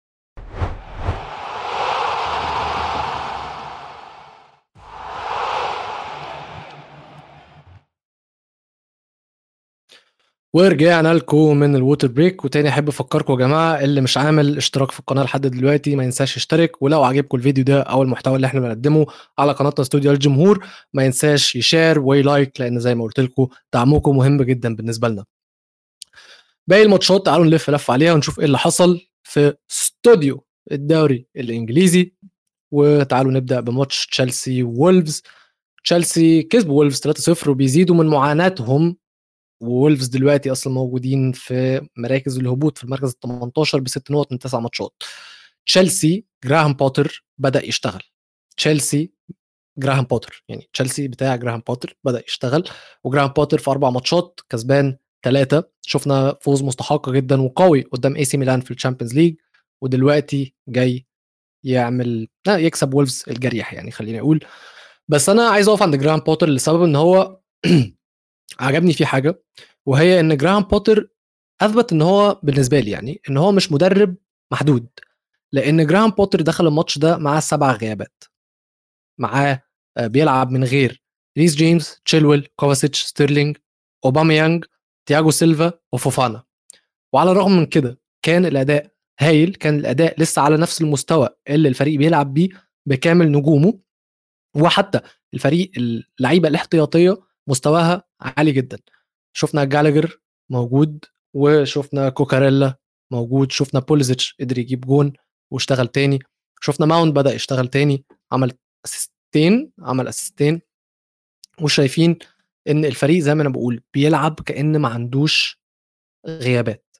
ورجعنا لكم من الووتر بريك، وتاني احب افكركم يا جماعه اللي مش عامل اشتراك في القناه لحد دلوقتي ما ينساش يشترك، ولو عجبكم الفيديو ده او المحتوى اللي احنا بنقدمه على قناتنا استوديو الجمهور ما ينساش يشير ويلايك، لان زي ما قلت لكم دعمكم مهم جدا بالنسبه لنا. باقي الماتشات تعالوا نلف لف عليها ونشوف ايه اللي حصل في استوديو الدوري الانجليزي. وتعالوا نبدا بماتش تشيلسي وولفز. تشيلسي كسبوا وولفز ثلاثة صفر وبيزيدوا من معاناتهم، وولفز دلوقتي اصلا موجودين في مراكز الهبوط في المركز ال تمنتاشر بست نقط من تسع ماتشات. تشيلسي جراهام بوتر بدا يشتغل، تشيلسي جراهام بوتر يعني تشيلسي بتاع جراهام بوتر بدا يشتغل، وجراهام بوتر في اربع ماتشات كسبان ثلاثه. شفنا فوز مستحق جدا وقوي قدام اي سي ميلان في الشامبيونز ليج، ودلوقتي جاي يعمل لا يكسب وولفز الجريح يعني خليني اقول. بس انا عايز اقف عند جراهام بوتر لسبب ان هو عجبني فيه حاجه، وهي ان جراهام بوتر اثبت ان هو بالنسبه لي يعني ان هو مش مدرب محدود، لان جراهام بوتر دخل الماتش ده معاه سبع غيابات، معاه آه، بيلعب من غير ريس جيمس، تشيلويل، كوفاسيتش، ستيرلينج، اوباميانج، تياجو سيلفا، وفوفانا. وعلى الرغم من كده كان الاداء هايل، كان الاداء لسه على نفس المستوى اللي الفريق بيلعب بيه بكامل نجومه، وحتى الفريق اللعيبه الاحتياطيه مستواها عالي جدا. شفنا جالاجر موجود، وشفنا كوكاريلا موجود، شفنا بوليزيتش قدر يجيب جون واشتغل تاني، شفنا ماونت بدأ يشتغل تاني، عمل اسيستين عمل اسيستين وشايفين ان الفريق زي ما انا بقول بيلعب كأن ما عندوش غيابات.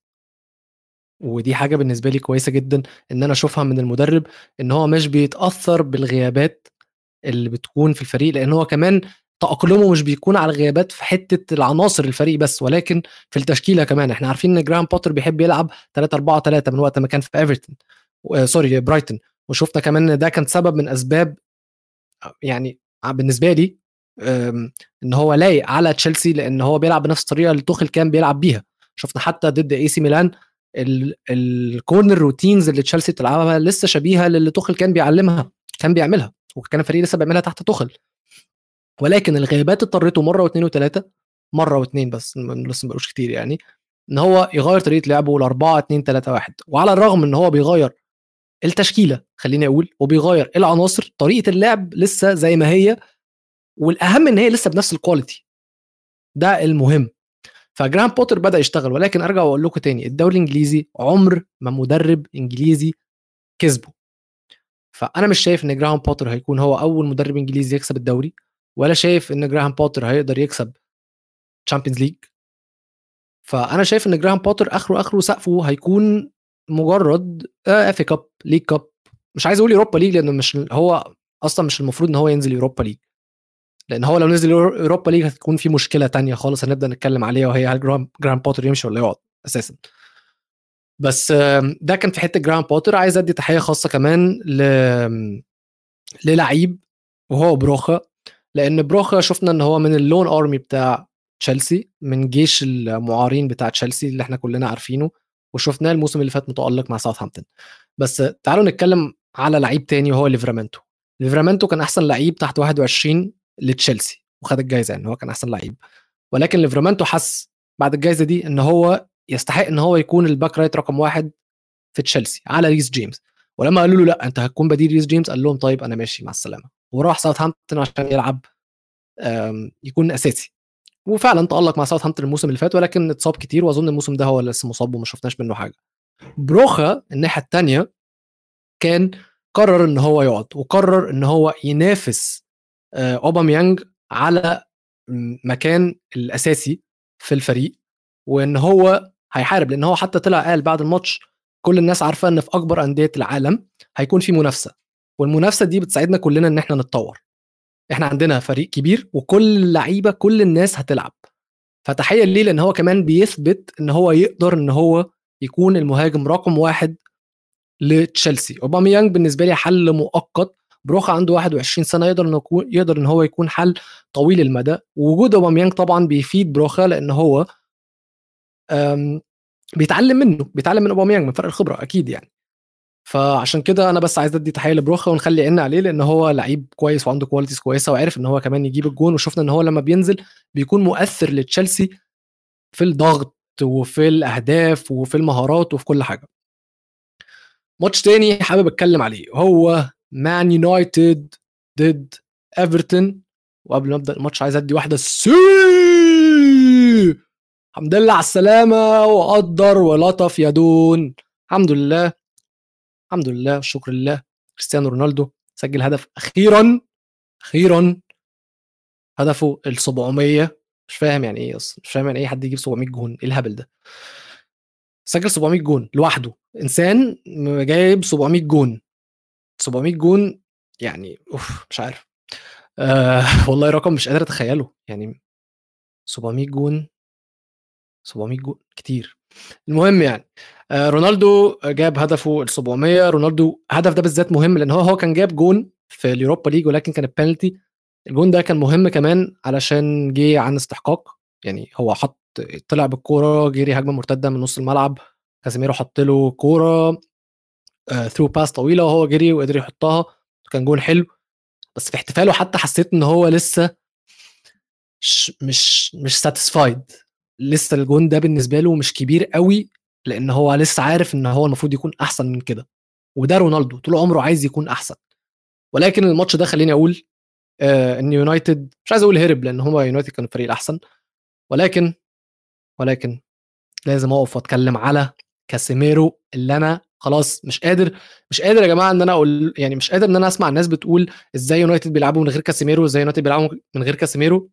ودي حاجة بالنسبة لي كويسة جدا ان انا اشوفها من المدرب، ان هو مش بيتأثر بالغيابات اللي بتكون في الفريق، لان هو كمان تأقلمه مش بيكون على الغيابات في حتة العناصر الفريق بس، ولكن في التشكيلة كمان. احنا عارفين ان جراهام بوتر بيحب يلعب ثلاثة أربعة ثلاثة من وقت ما كان في ايفرتون آه سوري برايتون، وشفنا كمان ان ده كان سبب من اسباب يعني بالنسبة لي ان هو لايق على تشيلسي، لان هو بيلعب بنفس الطريقة اللي توخيل كان بيلعب بيها. شفنا حتى ضد اي سي ميلان الكورنر روتينز اللي تشيلسي بتلعبها لسه شبيهة للي توخيل كان بيعلمها كان بيعملها، وكان الفريق لسه بيعملها تحت توخل. ولكن الغيابات اضطرته مره واثنين وثلاثه، مره واثنين بس لسه ما بقوش كتير يعني، ان هو يغير طريقه لعبه ل أربعة اتنين ثلاثة واحد. وعلى الرغم ان هو بيغير التشكيله خليني اقول وبيغير العناصر، طريقه اللعب لسه زي ما هي، والاهم ان هي لسه بنفس الكواليتي، ده المهم. فجراهام بوتر بدا يشتغل، ولكن ارجع واقول لكم تاني الدوري الانجليزي عمر ما مدرب انجليزي كسبه. فانا مش شايف ان جراهام بوتر هيكون هو اول مدرب انجليزي يكسب الدوري، ولا شايف ان جراهام بوتر هيقدر يكسب تشامبيونز ليج. فانا شايف ان جراهام بوتر اخره اخره سقفه هيكون مجرد اف كاب، ليج كاب، مش عايز اقول يوروبا ليج لانه مش هو اصلا مش المفروض ان هو ينزل يوروبا ليج، لان هو لو نزل يوروبا ليج هتكون في مشكله تانية خالص هنبدا نتكلم عليها، وهي هل جراهام جراهام بوتر يمشي ولا يقعد اساسا. بس ده كان في حته جراهام بوتر. عايز ادي تحيه خاصه كمان ل للعيب وهو بروخا، لان بروخا شفنا ان هو من اللون ارمي بتاع تشيلسي، من جيش المعارين بتاع تشيلسي اللي احنا كلنا عارفينه، وشفناه الموسم اللي فات متألق مع ساوثهامبتون. بس تعالوا نتكلم على لعيب تاني وهو ليفرامنتو. ليفرامنتو كان احسن لعيب تحت واحد وعشرين لتشيلسي وخد الجائزه ان هو كان احسن لعيب، ولكن ليفرامنتو حس بعد الجائزه دي ان هو يستحق ان هو يكون الباك رايت رقم واحد في تشيلسي على ريس جيمس. ولما قالوا له لا انت هتكون بديل ريس جيمس، قال لهم طيب انا ماشي مع السلامه، وراح ساوثهامبتون عشان يلعب يكون اساسي. وفعلا تألق مع ساوثهامبتون الموسم اللي فات، ولكن اتصاب كتير واظن الموسم ده هو اللي لسه مصاب وما شفناش منه حاجه. بروخا الناحيه الثانيه كان قرر ان هو يقعد، وقرر ان هو ينافس اوباميانج على مكان الاساسي في الفريق، وان هو هيحارب، لان هو حتى طلع قال بعد الماتش كل الناس عارفه ان في اكبر انديه العالم هيكون في منافسه، والمنافسه دي بتساعدنا كلنا ان احنا نتطور. احنا عندنا فريق كبير وكل اللعيبه كل الناس هتلعب، فتحيه ليه، لان هو كمان بيثبت ان هو يقدر ان هو يكون المهاجم رقم واحد لتشيلسي. اوباميانج بالنسبه لي حل مؤقت، بروخا عنده واحد وعشرين سنه، يقدر انه يكون يقدر ان هو يكون حل طويل المدى. ووجود اوباميانج طبعا بيفيد بروخا، لان هو بيتعلم منه، بيتعلم من اوباميانج من فرق الخبره اكيد يعني. فعشان كده انا بس عايز ادي تحيه لبروخا ونخلي عيننا عليه، لان هو لعيب كويس وعنده كواليتيز كويسه، وعارف ان هو كمان يجيب الجون، وشفنا ان هو لما بينزل بيكون مؤثر لتشيلسي في الضغط وفي الاهداف وفي المهارات وفي كل حاجه. ماتش تاني حابب اتكلم عليه هو مان يونايتد ضد ايفرتون. وقبل ما ابدا الماتش عايز ادي واحده سي، الحمد لله على السلامه، وقدر ولطف يا دون. الحمد لله الحمد لله والشكر لله. كريستيانو رونالدو سجل هدف اخيرا اخيرا هدفه ال سبعمية. مش فاهم يعني ايه اصلا، مش فاهم يعني ايه حد يجيب سبعمية جون، ايه الهبل ده؟ سجل سبعمية جون لوحده، انسان جايب سبعمية جون. سبعمية جون يعني اوف، مش عارف. آه والله رقم مش قادر اتخيله يعني. سبعمية جون، سبعمية جون كتير. المهم يعني آه رونالدو جاب هدفه ال سبعمية. رونالدو هدف ده بالذات مهم، لان هو هو كان جاب جون في اليوروبا ليج ولكن كانت بينالتي. الجون ده كان مهم كمان علشان جه عن استحقاق، يعني هو حط طلع بالكوره، جري هجمه مرتده من نص الملعب، كازيميرو حط له كوره ثرو باس طويله وهو جري وقدر يحطها، كان جون حلو. بس في احتفاله حتى حسيت ان هو لسه مش مش مش ساتيسفايد، لسه الجون ده بالنسبه له مش كبير قوي، لان هو لسه عارف ان هو المفروض يكون احسن من كده. وده رونالدو طول عمره عايز يكون احسن. ولكن الماتش ده خليني اقول آه ان يونايتد، مش عايز اقول هرب لان هو يونايتد كان الفريق الاحسن، ولكن ولكن لازم اقف واتكلم على كاسيميرو، اللي انا خلاص مش قادر مش قادر يا جماعه ان انا اقول، يعني مش قادر ان انا اسمع الناس بتقول ازاي يونايتد بيلعبوا من غير كاسيميرو، ازاي يونايتد بيلعبوا من غير كاسيميرو.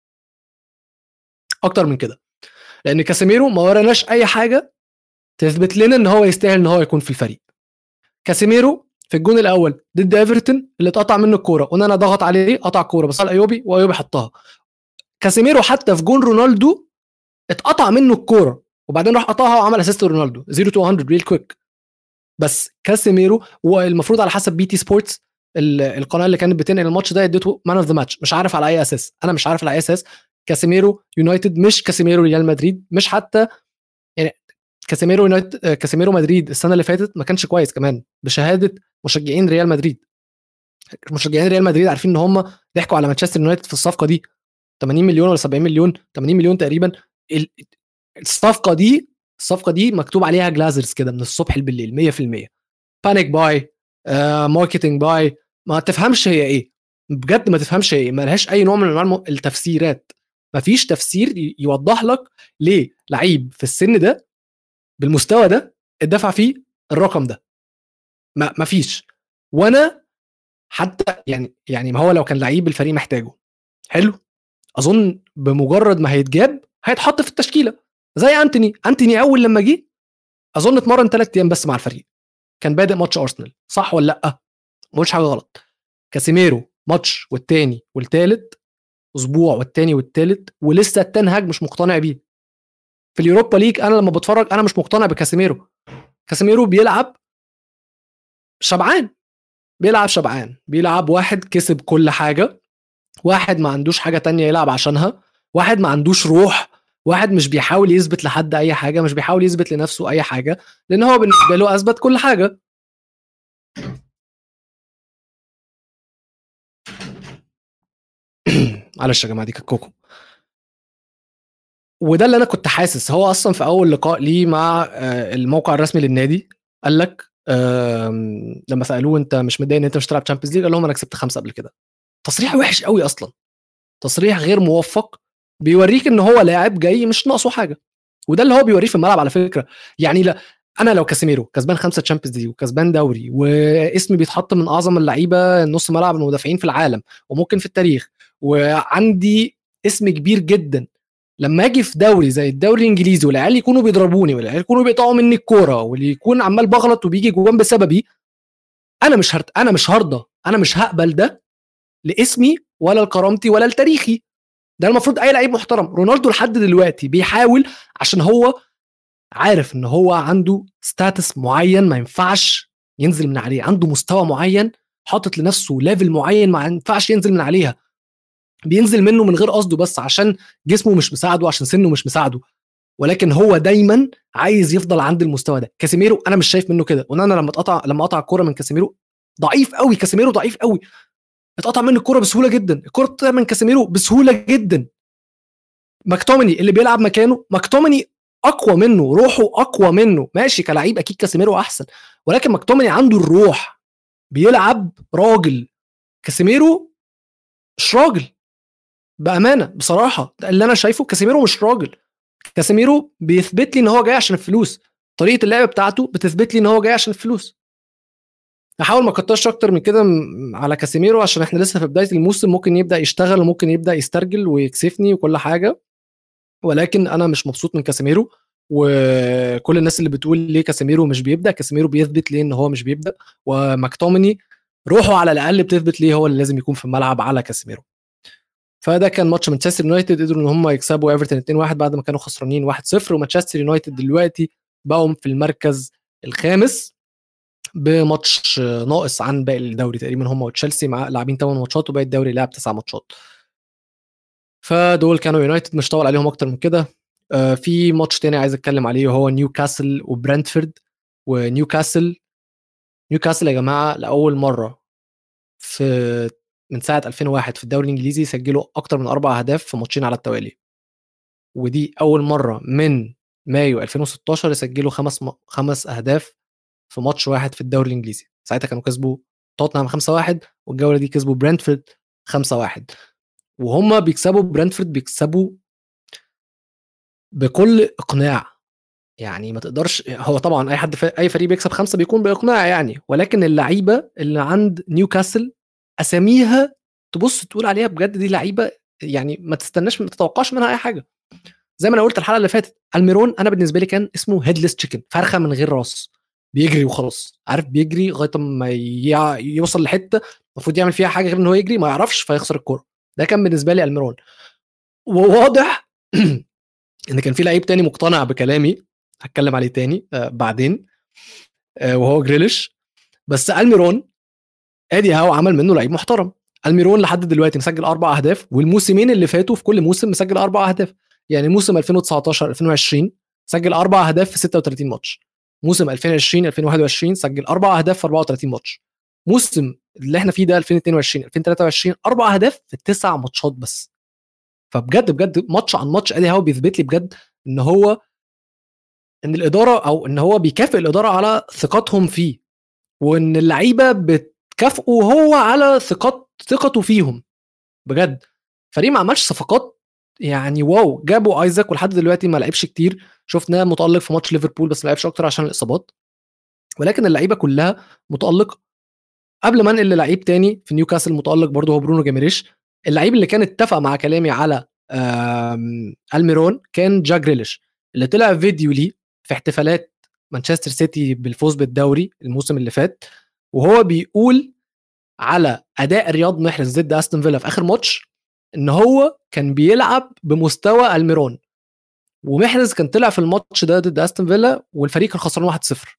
اكتر من كده، لان كاسيميرو ما وراناش اي حاجه تثبت لنا ان هو يستاهل ان هو يكون في الفريق. كاسيميرو في الجون الاول ضد ايفرتون اللي اتقطع منه الكوره، وانا انا ضغط عليه قطع الكوره بس على ايوبي وايوبي حطها. كاسيميرو حتى في جون رونالدو اتقطع منه الكوره وبعدين راح قطعها وعمل اسيست رونالدو صفر تو مية ريل كويك. بس كاسيميرو، والمفروض على حسب بي تي سبورتس القناه اللي كانت بتنقل الماتش ده اديته مان اوف ذا ماتش، مش عارف على اي اساس، انا مش عارف على اي اساس. كاسيميرو يونايتد مش كاسيميرو ريال مدريد، مش حتى يعني كاسيميرو يونايتد. كاسيميرو مدريد السنه اللي فاتت ما كانش كويس كمان بشهاده مشجعين ريال مدريد. مشجعين ريال مدريد عارفين ان هم ضحكوا على مانشستر يونايتد في الصفقه دي ثمانين مليون ولا سبعين مليون، ثمانين مليون تقريبا. الصفقه دي الصفقه دي مكتوب عليها جلازرز كده من الصبح بالليل مية في المية. بانيك باي، آه، ماركتنج باي، ما تفهمش هي ايه بجد، ما تفهمش هي ايه، ما لهاش اي نوع من انواع التفسيرات. ما فيش تفسير يوضح لك ليه لعيب في السن ده بالمستوى ده اتدفع فيه الرقم ده. ما ما فيش. وانا حتى يعني يعني ما هو لو كان لعيب الفريق محتاجه حلو، اظن بمجرد ما هيتجاب هيتحط في التشكيله. زي انتوني انتوني اول لما جه اظن اتمرن ثلاث ايام بس مع الفريق، كان بادئ ماتش ارسنال صح ولا لا؟ ما قلتش حاجه غلط. كاسيميرو ماتش والتاني والتالت، اسبوع والتاني والتالت، ولسه التنهاج مش مقتنع بيه. في اليوروبا ليج انا لما بتفرج انا مش مقتنع بكاسيميرو. كاسيميرو بيلعب شبعان، بيلعب شبعان، بيلعب واحد كسب كل حاجه، واحد ما عندوش حاجه تانية يلعب عشانها، واحد ما عندوش روح، واحد مش بيحاول يثبت لحد اي حاجه، مش بيحاول يثبت لنفسه اي حاجه، لان هو بالنسبه له اثبت كل حاجه. معلش يا جماعه دي كانت كوكو. وده اللي انا كنت حاسس. هو اصلا في اول لقاء ليه مع آه، الموقع الرسمي للنادي قال لك آم، لما سالوه انت مش متضايق ان انت مش هتلعب تشامبيونز ليج، قال لهم انا كسبت خمسه قبل كده. تصريح وحش قوي اصلا، تصريح غير موفق، بيوريك ان هو لاعب جاي مش ناقصه حاجه. وده اللي هو بيوريه في الملعب على فكره. يعني لا، انا لو كاسيميرو كسبان خمسه تشامبيونز ليج وكسبان دوري واسمي بيتحط من اعظم اللعيبه نص ملعب المدافعين في العالم وممكن في التاريخ، وعندي اسم كبير جدا لما اجي في دوري زي الدوري الانجليزي والعيال يكونوا بيضربوني والعيال يكونوا بيقطعوا مني الكوره واللي يكون عمال بغلط وبيجي جوان بسببي، انا مش هرت... انا مش هرضى، انا مش هقبل ده لاسمي ولا لكرامتي ولا لتاريخي. ده المفروض اي لعيب محترم. رونالدو لحد دلوقتي بيحاول عشان هو عارف ان هو عنده ستاتس معين ما ينفعش ينزل من عليه، عنده مستوى معين حاطط لنفسه ليفل معين ما ينفعش ينزل من عليها، بينزل منه من غير قصده بس عشان جسمه مش مساعده عشان سنه مش مساعده، ولكن هو دايما عايز يفضل عند المستوى ده. كاسيميرو انا مش شايف منه كده، وانا لما اتقطع لما قطع الكوره من كاسيميرو ضعيف قوي، كاسيميرو ضعيف قوي، اتقطع منه الكوره بسهوله جدا، الكوره بتطلع من كاسيميرو بسهوله جدا. ماكتوميني اللي بيلعب مكانه، ماكتوميني اقوى منه، روحه اقوى منه، ماشي كلاعب اكيد كاسيميرو احسن، ولكن ماكتوميني عنده الروح، بيلعب راجل. كاسيميرو مش راجل بامانه بصراحه، اللي انا شايفه كاسيميرو مش راجل. كاسيميرو بيثبت لي ان هو جاي عشان الفلوس، طريقه اللعب بتاعته بتثبت لي ان هو جاي عشان الفلوس. هحاول ما اكترش اكتر من كده على كاسيميرو عشان احنا لسه في بدايه الموسم، ممكن يبدا يشتغل وممكن يبدا يسترجل ويكسفني وكل حاجه، ولكن انا مش مبسوط من كاسيميرو. وكل الناس اللي بتقول ليه كاسيميرو مش بيبدا، كاسيميرو بيثبت ليه ان هو مش بيبدا، وماكتوميني روحه على الاقل بتثبت ليه هو اللي لازم يكون في الملعب على كاسيميرو. فده كان ماتش مانشستر يونايتد، قدروا ان هم يكسبوا ايفرتون اتنين واحد بعد ما كانوا خسرانين واحد صفر، ومانشستر يونايتد دلوقتي بقوا في المركز الخامس بماتش ناقص عن باقي الدوري تقريبا، هم وتشيلسي مع لاعبين ثمانية ماتشات وباقي الدوري لعب تسعة ماتشات. فدول كانوا يونايتد، مش طول عليهم اكتر من كده. آه في ماتش تاني عايز اتكلم عليه وهو نيوكاسل وبرنتفورد. ونيوكاسل نيوكاسل يا جماعه لاول مره في من ساعه ألفين وواحد في الدوري الانجليزي سجلوا اكتر من اربع اهداف في ماتشين على التوالي، ودي اول مره من مايو ألفين وستاشر يسجلوا خمس م... خمس اهداف في ماتش واحد في الدوري الانجليزي. ساعتها كانوا كسبوا توتنهام خمسة واحد، والجوله دي كسبوا برنتفورد خمسة واحد، وهم بيكسبوا برنتفورد بيكسبوا بكل اقناع. يعني ما تقدرش، هو طبعا اي حد ف... اي فريق بيكسب خمسه بيكون باقناع يعني، ولكن اللعيبه اللي عند نيوكاسل اساميها تبص تقول عليها بجد دي لعيبه يعني ما تستناش ما تتوقعش منها اي حاجه. زي ما انا قلت الحلقه اللي فاتت، الميرون انا بالنسبه لي كان اسمه هيدلس تشيكن، فرخه من غير راس، بيجري وخلاص، عارف بيجري لغايه ما يع... يوصل لحته المفروض يعمل فيها حاجه غير ان هو يجري، ما يعرفش فيخسر الكوره. ده كان بالنسبه لي الميرون. وواضح ان كان في لعيب تاني مقتنع بكلامي هتكلم عليه تاني آه بعدين آه وهو جريليش. بس الميرون ادي هاو عمل منه لعيب محترم. الميرون لحد دلوقتي مسجل اربع اهداف، والموسمين اللي فاتوا في كل موسم مسجل اربع اهداف. يعني موسم ألفين وتسعتاشر ألفين وعشرين سجل اربع اهداف في ستة وتلاتين ماتش، موسم ألفين وعشرين ألفين وواحد وعشرين سجل اربع اهداف في أربعة وتلاتين ماتش، موسم اللي احنا فيه ده ألفين واتنين وعشرين ألفين وتلاتة وعشرين اربع اهداف في تسع ماتشات بس. فبجد بجد ماتش عن ماتش ادي هاو بيثبت لي بجد ان هو ان الاداره او ان هو بيكافئ الاداره على ثقتهم فيه، وان اللعيبه بتكافئه هو على ثقت ثقته فيهم. بجد فريق ما عملش صفقات يعني واو، جابوا ايزاك ولحد دلوقتي ما لعبش كتير، شفناه متالق في ماتش ليفربول بس ما لعبش اكتر عشان الاصابات، ولكن اللعيبه كلها متالقه. قبل ما انقل للعيب تاني في نيوكاسل متالق برضه هو برونو جيميريش. اللعيب اللي كان اتفق مع كلامي على الميرون كان جاك جريليش، اللي طلع فيديو ليه في احتفالات مانشستر سيتي بالفوز بالدوري الموسم اللي فات، وهو بيقول على اداء رياض محرز ضد استون فيلا في اخر ماتش ان هو كان بيلعب بمستوى الميرون، ومحرز كان طلع في الماتش ده ضد استون فيلا والفريق كان خسران واحد صفر.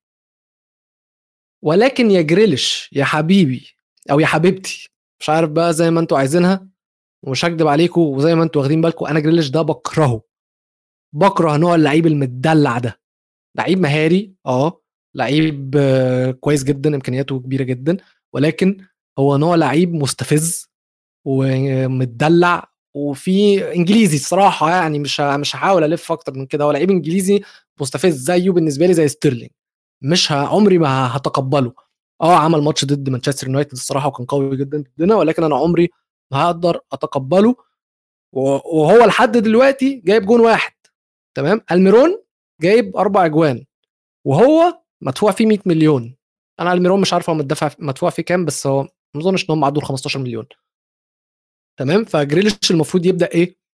ولكن يا جريليش يا حبيبي او يا حبيبتي مش عارف بقى زي ما انتوا عايزينها، ومش هكدب عليكم وزي ما انتوا واخدين بالكم، انا جريليش ده بكرهه، بكره نوع اللعيب المدلع ده. لعيب مهاري اه، لعيب كويس جدا امكانياته كبيره جدا، ولكن هو نوع لعيب مستفز ومتدلع وفي انجليزي الصراحه، يعني مش مش هحاول الف اكتر من كده، هو لعيب انجليزي مستفز زيه بالنسبه لي زي ستيرلينج، مش عمري ما هتقبله. اه عمل ماتش ضد مانشستر يونايتد الصراحه وكان قوي جدا ضدنا، ولكن انا عمري ما هقدر اتقبله. وهو لحد دلوقتي جايب جون واحد تمام، الميرون جايب اربع اجوان وهو مدفوع فيه مية مليون. انا الميرون مش عارف هو مدفع مدفوع فيه كام، بس هو ما اظنش ان هم عدوا خمستاشر مليون تمام. فجريليش المفروض يبدا ايه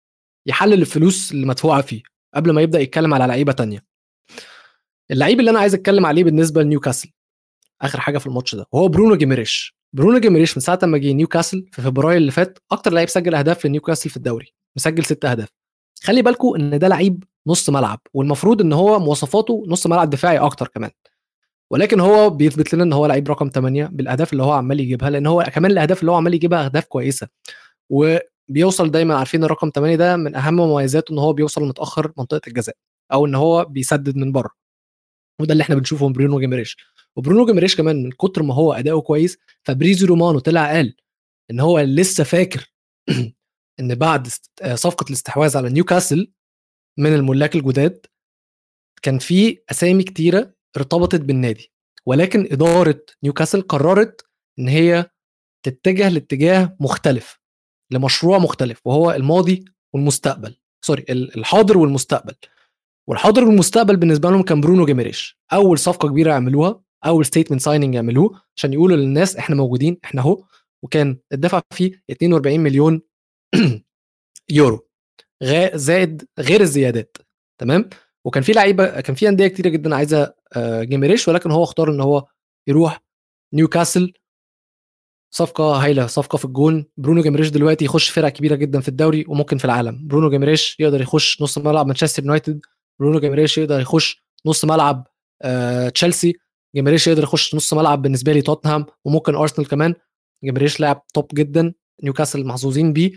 يحلل الفلوس اللي مدفوعه فيه قبل ما يبدا يتكلم على لعيبه تانية. اللعيب اللي انا عايز اتكلم عليه بالنسبه لنيوكاسل اخر حاجه في الماتش ده وهو برونو جيميريش. برونو جيميريش من ساعه ما جه نيوكاسل في فبراير اللي فات اكتر لعيب سجل اهداف لنيوكاسل في الدوري، مسجل ست اهداف. خلي بالكم ان ده لعيب نص ملعب، والمفروض ان هو مواصفاته نص ملعب دفاعي اكتر كمان، ولكن هو بيثبت لنا ان هو لعيب رقم ثمانية بالاهداف اللي هو عمال يجيبها، لان هو كمان الاهداف اللي هو عمال يجيبها اهداف كويسه. وبيوصل دايما، عارفين الرقم ثمانية ده من اهم مميزاته ان هو بيوصل متاخر منطقه الجزاء، او ان هو بيسدد من بره، وده اللي احنا بنشوفه من برونو جيميريش. وبرونو جيميريش كمان من كتر ما هو اداؤه كويس، فابريزو رومانو طلع قال ان هو لسه فاكر ان بعد صفقه الاستحواذ على نيوكاسل من الملاك الجداد كان في اسامي كتيره ارتبطت بالنادي، ولكن اداره نيوكاسل قررت ان هي تتجه لاتجاه مختلف، لمشروع مختلف، وهو الماضي والمستقبل، سوري الحاضر والمستقبل. والحاضر والمستقبل بالنسبه لهم كان برونو جيميريش. اول صفقه كبيره يعملوها، اول ستيتمنت سايننج يعملوه عشان يقولوا للناس احنا موجودين، احنا اهو. وكان الدفع فيه اتنين واربعين مليون يورو زائد غير الزيادات، تمام. وكان في لعيبه، كان في انديه كتيره جدا عايزه جيميريش، ولكن هو اختار ان هو يروح نيوكاسل. صفقه هايله، صفقه في الجون. برونو جيميريش دلوقتي يخش فرق كبيره جدا في الدوري وممكن في العالم. برونو جيميريش يقدر يخش نص ملعب مانشستر يونايتد، برونو جيميريش يقدر يخش نص ملعب آه، تشيلسي، جيميريش يقدر يخش نص ملعب بالنسبه لي توتنهام وممكن ارسنال كمان. جيميريش لاعب توب جدا، نيوكاسل محظوظين بيه،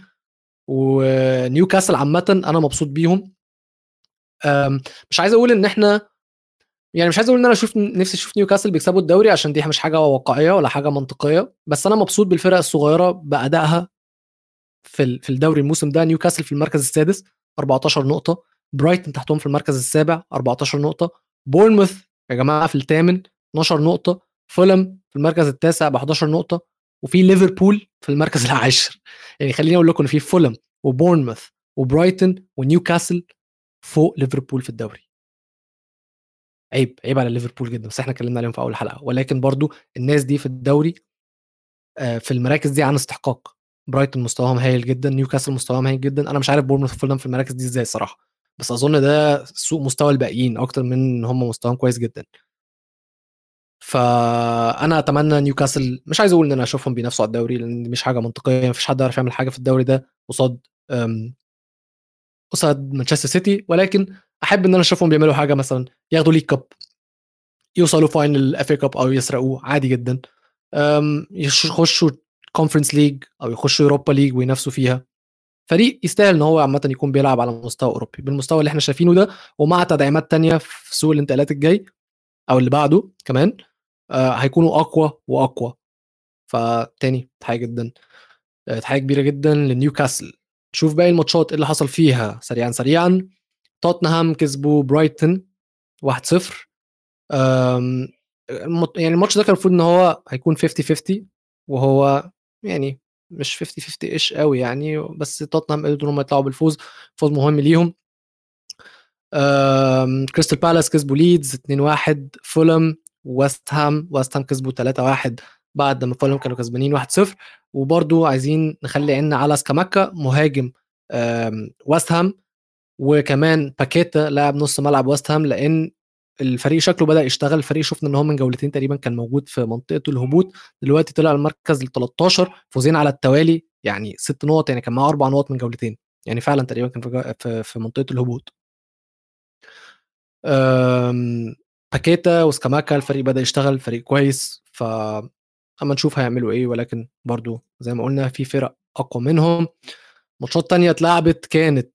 ونيوكاسل عامه انا مبسوط بيهم. مش عايز اقول ان احنا يعني مش عايز اقول ان انا اشوف نفسي اشوف نيوكاسل بيكسبوا الدوري عشان دي مش حاجه واقعيه ولا حاجه منطقيه، بس انا مبسوط بالفرق الصغيره بادائها في في الدوري الموسم ده. نيوكاسل في المركز السادس اربعتاشر نقطه، برايتون تحتهم في المركز السابع اربعتاشر نقطه، بورنموث يا جماعه في الثامن اتناشر نقطه، فولم في المركز التاسع ب احداشر نقطه، وفي ليفربول في المركز العاشر. يعني خليني اقول لكم ان في فولم وبورنموث وبرايتون ونيوكاسل فوق ليفربول في الدوري. عيب عيب على ليفربول جدا، بس احنا اتكلمنا عليهم في اول حلقه. ولكن برضو الناس دي في الدوري في المراكز دي عن استحقاق. برايتون مستواهم هايل جدا، نيوكاسل مستواهم هايل جدا. انا مش عارف بورنموث وفولهام في المراكز دي ازاي الصراحه، بس اظن ده سوء مستوى الباقيين اكتر من ان هم مستواهم كويس جدا. فانا اتمنى نيوكاسل، مش عايز اقول ان انا اشوفهم بينافسوا على الدوري لان دي مش حاجه منطقيه، مفيش حد يعرف يعمل حاجه في الدوري ده قصاد قصاد مانشستر سيتي، ولكن احب ان انا اشوفهم بيعملوا حاجه، مثلا ياخدوا ليج كاب، يوصلوا فاينل اف اي كاب، او يسرقوه عادي جدا، يخشوا كونفرنس ليج او يخشوا يوروبا ليج وينافسوا فيها. فريق يستاهل ان هو عامه يكون بيلعب على مستوى اوروبي بالمستوى اللي احنا شايفينه ده، ومع تدعيمات تانية في سوق الانتقالات الجاي او اللي بعده كمان آه هيكونوا اقوى واقوى. فتاني تحيه جدا، تحيه كبيره جدا لنيوكاسل. شوف باقي الماتشات اللي حصل فيها سريعا سريعا. توتنهام كسبوا برايتون واحد صفر. يعني الماتش ده كان المفروض ان هو هيكون خمسين خمسين، وهو يعني مش خمسين خمسين ايش قوي يعني، بس توتنهام قدروا انهم يطلعوا بالفوز، فوز مهم ليهم. كريستال بالاس كسبوا ليدز اتنين واحد، فولم ويست هام ويست هام كسبوا تلاتة واحد بعد ما فولم كانوا كسبانين واحد صفر. وبرضو عايزين نخلي عيننا على سكاماكا مهاجم ويست هام، وكمان باكيتا لاعب نص ملعب ويست هام، لان الفريق شكله بدا يشتغل. الفريق شفنا ان هو من جولتين تقريبا كان موجود في منطقه الهبوط، دلوقتي طلع المركز ال تلتاشر، فوزين على التوالي يعني ست نقط، يعني كان معاه اربع نقط من جولتين، يعني فعلا تقريبا كان في في, في منطقه الهبوط. باكيتا وسكاماكا الفريق بدا يشتغل، فريق كويس، ف اما نشوف هيعملوا ايه، ولكن برضو زي ما قلنا في فرق اقوى منهم. ماتشات تانية اتلعبت كانت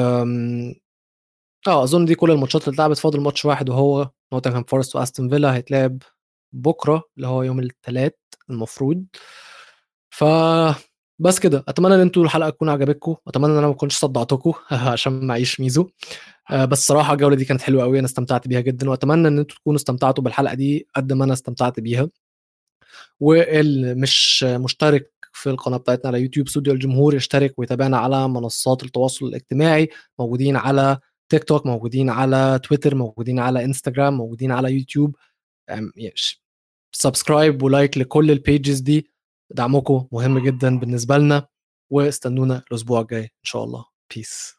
اه اظن دي كل الماتشات اللي اتلعبت. فاضل ماتش واحد وهو نوتنغهام فورست واستون فيلا، هيتلعب بكره اللي هو يوم الثلاث المفروض. ف بس كده، اتمنى ان انتوا الحلقه تكون عجبتكم، اتمنى ان انا ما اكونش صدعتكم عشان معيش ميزو. آه بس صراحه الجوله دي كانت حلوه قوي، انا استمتعت بيها جدا، واتمنى ان انتوا تكونوا استمتعتوا بالحلقه دي قد ما انا استمتعت بيها. واللي مش مشترك في القناه بتاعتنا على يوتيوب استوديو الجمهور يشترك ويتابعنا على منصات التواصل الاجتماعي، موجودين على تيك توك، موجودين على تويتر، موجودين على انستجرام، موجودين على يوتيوب. سبسكرايب ولايك لكل البيجز دي، دعمكم مهم جدا بالنسبه لنا، واستنونا الاسبوع الجاي ان شاء الله. بيس.